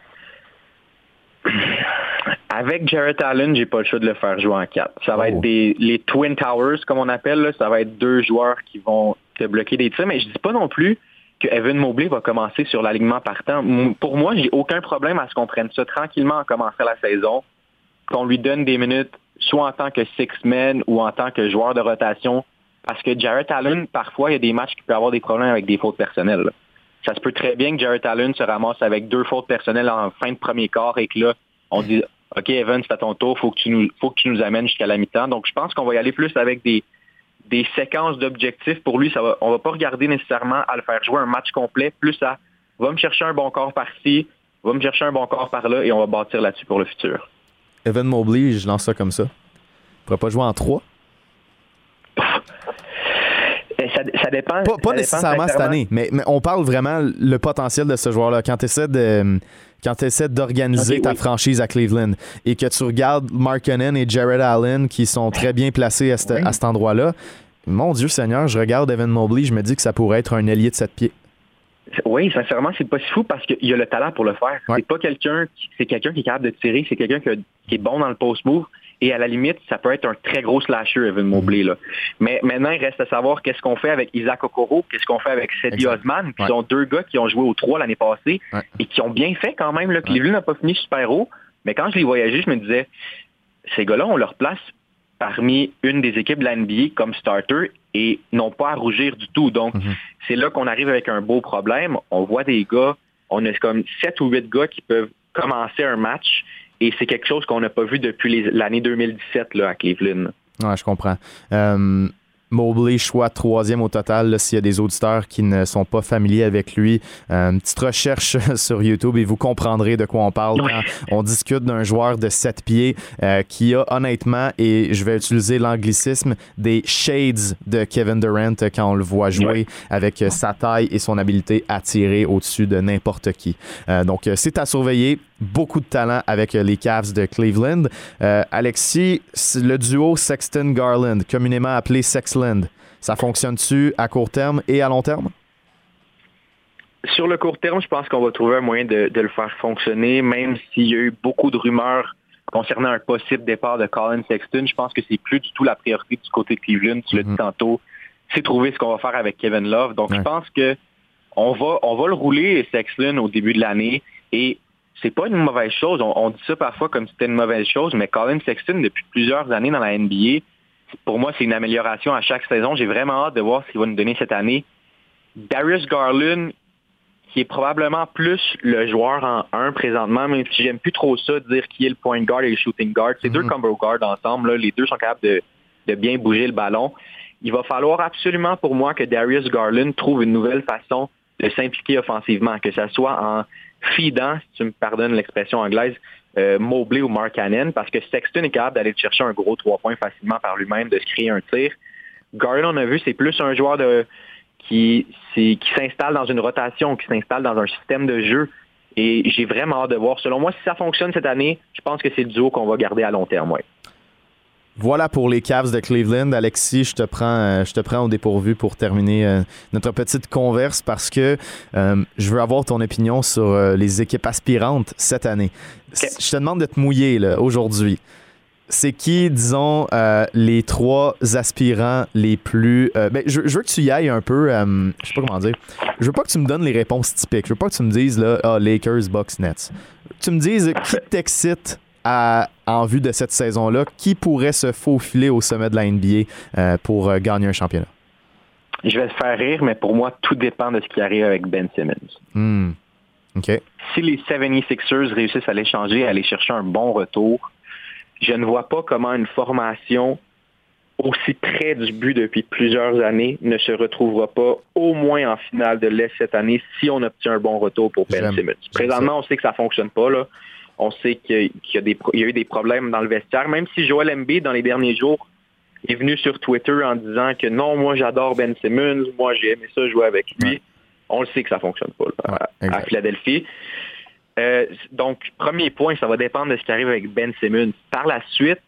Avec Jarrett Allen, j'ai pas le choix de le faire jouer en 4. Ça va être les Twin Towers, comme on appelle. Là. Ça va être 2 joueurs qui vont te bloquer des tirs. Mais je dis pas non plus que Evan Mobley va commencer sur l'alignement partant. Pour moi, j'ai aucun problème à ce qu'on prenne ça tranquillement en commençant la saison, qu'on lui donne des minutes soit en tant que six-man ou en tant que joueur de rotation. Parce que Jarrett Allen, parfois, il y a des matchs qui peuvent avoir des problèmes avec des fautes personnelles. Là. Ça se peut très bien que Jarrett Allen se ramasse avec 2 fautes personnelles en fin de premier quart et que là, on dit « OK, Evan, c'est à ton tour, faut que tu nous amènes jusqu'à la mi-temps. » Donc, je pense qu'on va y aller plus avec des séquences d'objectifs. Pour lui, on va pas regarder nécessairement à le faire jouer un match complet, plus à « va me chercher un bon corps par-ci, va me chercher un bon corps par-là et on va bâtir là-dessus pour le futur. » Evan Mobley, je lance ça comme ça. Il pourrait pas jouer en 3? Ça dépend. Pas nécessairement cette année, mais on parle vraiment le potentiel de ce joueur-là. Quand tu essaies d'organiser ta franchise à Cleveland et que tu regardes Markkanen et Jarrett Allen qui sont très bien placés à cet endroit-là, mon Dieu Seigneur, je regarde Evan Mobley, je me dis que ça pourrait être un ailier de 7 pieds. Oui, sincèrement, c'est pas si fou parce qu'il a le talent pour le faire. Ouais. C'est quelqu'un qui est capable de tirer, c'est quelqu'un qui est bon dans le post-move. Et à la limite, ça peut être un très gros slasher, Evan Mobley. Là. Mais maintenant, il reste à savoir qu'est-ce qu'on fait avec Isaac Okoro, qu'est-ce qu'on fait avec Cedi Osman, qui sont 2 gars qui ont joué au 3 l'année passée et qui ont bien fait quand même. Là, Cleveland n'a pas fini super haut. Mais quand je les voyageais, je me disais, ces gars-là, on leur place parmi une des équipes de la NBA comme starter et n'ont pas à rougir du tout. Donc, c'est là qu'on arrive avec un beau problème. On voit des gars, on a comme 7 ou 8 gars qui peuvent commencer un match et c'est quelque chose qu'on n'a pas vu depuis l'année 2017 là, à Cleveland. Ouais, je comprends. Mobley, choix 3e au total, là, s'il y a des auditeurs qui ne sont pas familiers avec lui. Une petite recherche sur YouTube et vous comprendrez de quoi on parle quand on discute d'un joueur de 7 pieds qui a honnêtement, et je vais utiliser l'anglicisme, des shades de Kevin Durant quand on le voit jouer avec sa taille et son habileté à tirer au-dessus de n'importe qui. Donc, c'est à surveiller. Beaucoup de talent avec les Cavs de Cleveland. Alexis, le duo Sexton-Garland, communément appelé Sexland, ça fonctionne-tu à court terme et à long terme? Sur le court terme, je pense qu'on va trouver un moyen de le faire fonctionner, même s'il y a eu beaucoup de rumeurs concernant un possible départ de Colin Sexton. Je pense que c'est plus du tout la priorité du côté de Cleveland. Tu l'as dit tantôt, c'est trouver ce qu'on va faire avec Kevin Love. Donc, je pense que on va le rouler, Sexton, au début de l'année. Et c'est pas une mauvaise chose. On dit ça parfois comme si c'était une mauvaise chose, mais Colin Sexton, depuis plusieurs années dans la NBA, pour moi, c'est une amélioration à chaque saison. J'ai vraiment hâte de voir ce qu'il va nous donner cette année. Darius Garland, qui est probablement plus le joueur en 1 présentement, même si j'aime plus trop ça, dire qui est le point guard et le shooting guard. C'est deux combo guards ensemble. Là. Les deux sont capables de bien bouger le ballon. Il va falloir absolument pour moi que Darius Garland trouve une nouvelle façon de s'impliquer offensivement, que ce soit en feedant, si tu me pardonnes l'expression anglaise, Mobley ou Mark Cannon, parce que Sexton est capable d'aller chercher un gros 3 points facilement par lui-même, de se créer un tir. Garland, on a vu, c'est plus un joueur qui s'installe dans une rotation, qui s'installe dans un système de jeu. Et j'ai vraiment hâte de voir. Selon moi, si ça fonctionne cette année, je pense que c'est le duo qu'on va garder à long terme. Ouais. Voilà pour les Cavs de Cleveland. Alexis, je te prends au dépourvu pour terminer notre petite converse parce que je veux avoir ton opinion sur les équipes aspirantes cette année. Okay. Je te demande de te mouiller là, aujourd'hui. C'est qui, disons, les 3 aspirants les plus... je veux que tu y ailles un peu... je sais pas comment dire. Je veux pas que tu me donnes les réponses typiques. Je veux pas que tu me dises là, Lakers, Bucks, Nets. Tu me dises qui t'excite en vue de cette saison-là, qui pourrait se faufiler au sommet de la NBA pour gagner un championnat? Je vais te faire rire, mais pour moi, tout dépend de ce qui arrive avec Ben Simmons. OK. Si les 76ers réussissent à l'échanger, à aller chercher un bon retour, je ne vois pas comment une formation aussi près du but depuis plusieurs années ne se retrouvera pas au moins en finale de l'Est cette année si on obtient un bon retour pour Ben Simmons. Présentement, on sait que ça ne fonctionne pas, là. On sait qu'il y a eu des problèmes dans le vestiaire. Même si Joel Embiid, dans les derniers jours, est venu sur Twitter en disant que non, moi j'adore Ben Simmons, moi j'ai aimé ça jouer avec lui. Ouais. On le sait que ça ne fonctionne pas là, à Philadelphie. Donc, premier point, ça va dépendre de ce qui arrive avec Ben Simmons. Par la suite,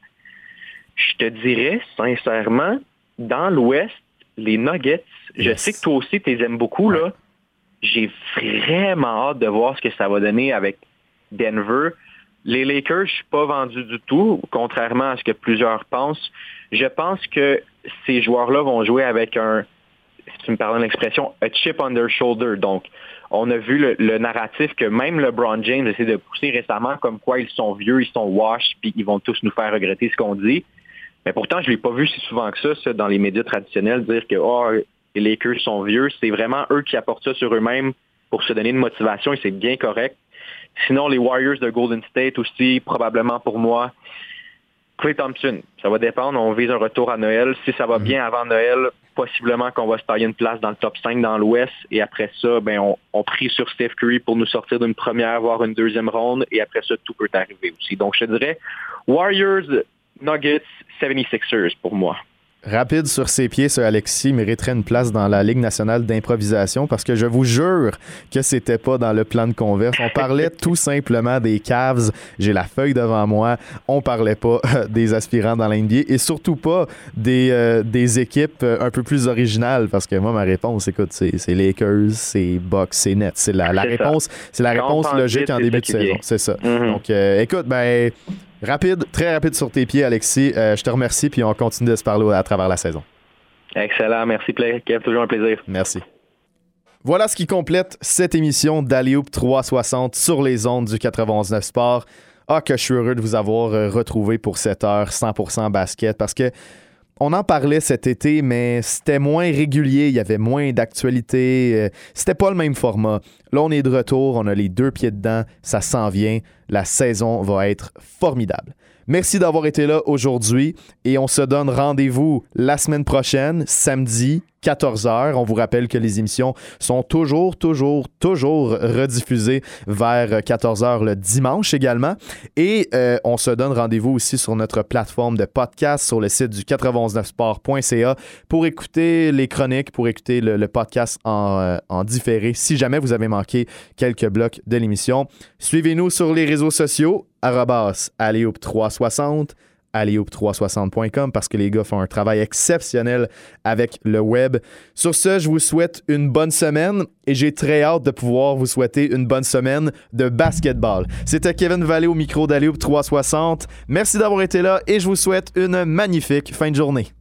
je te dirais sincèrement, dans l'Ouest, les Nuggets, je sais que toi aussi tu les aimes beaucoup, là. J'ai vraiment hâte de voir ce que ça va donner avec Denver. Les Lakers, je suis pas vendu du tout, contrairement à ce que plusieurs pensent. Je pense que ces joueurs-là vont jouer avec si tu me pardonnes l'expression, a chip on their shoulder. Donc, on a vu le narratif que même LeBron James essaie de pousser récemment, comme quoi ils sont vieux, ils sont wash, puis ils vont tous nous faire regretter ce qu'on dit. Mais pourtant, je l'ai pas vu si souvent que ça dans les médias traditionnels, dire que les Lakers sont vieux. C'est vraiment eux qui apportent ça sur eux-mêmes pour se donner une motivation, et c'est bien correct. Sinon, les Warriors de Golden State aussi, probablement pour moi. Klay Thompson, ça va dépendre. On vise un retour à Noël. Si ça va bien avant Noël, possiblement qu'on va se tailler une place dans le top 5 dans l'Ouest. Et après ça, on prie sur Steph Curry pour nous sortir d'une première, voire une deuxième ronde. Et après ça, tout peut arriver aussi. Donc, je te dirais Warriors, Nuggets, 76ers pour moi. Rapide sur ses pieds, ce Alexis mériterait une place dans la Ligue nationale d'improvisation parce que je vous jure que c'était pas dans le plan de converse. On parlait tout simplement des Cavs. J'ai la feuille devant moi. On parlait pas des aspirants dans la NBA et surtout pas des équipes un peu plus originales parce que moi, ma réponse, écoute, c'est Lakers, c'est Bucks, c'est Nets. C'est la réponse logique en début de saison. C'est ça. Mm-hmm. Donc, écoute, rapide, très rapide sur tes pieds, Alexis. Je te remercie, puis on continue de se parler à travers la saison. Excellent. Merci, Kev. Toujours un plaisir. Merci. Voilà ce qui complète cette émission d'Alley-Oop 360 sur les ondes du 91.9 Sport. Que je suis heureux de vous avoir retrouvé pour cette heure 100% basket, parce que on en parlait cet été, mais c'était moins régulier, il y avait moins d'actualité, c'était pas le même format. Là, on est de retour, on a les 2 pieds dedans, ça s'en vient, la saison va être formidable. Merci d'avoir été là aujourd'hui et on se donne rendez-vous la semaine prochaine, samedi, 14h. On vous rappelle que les émissions sont toujours rediffusées vers 14h le dimanche également. Et on se donne rendez-vous aussi sur notre plateforme de podcast sur le site du 919sport.ca pour écouter les chroniques, pour écouter le podcast en différé si jamais vous avez manqué quelques blocs de l'émission. Suivez-nous sur les réseaux sociaux, @Alley-Oop 360, alleyhoop360.com parce que les gars font un travail exceptionnel avec le web. Sur ce, je vous souhaite une bonne semaine et j'ai très hâte de pouvoir vous souhaiter une bonne semaine de basketball. C'était Kevin Vallée au micro d'Alleyhoop 360. Merci d'avoir été là et je vous souhaite une magnifique fin de journée.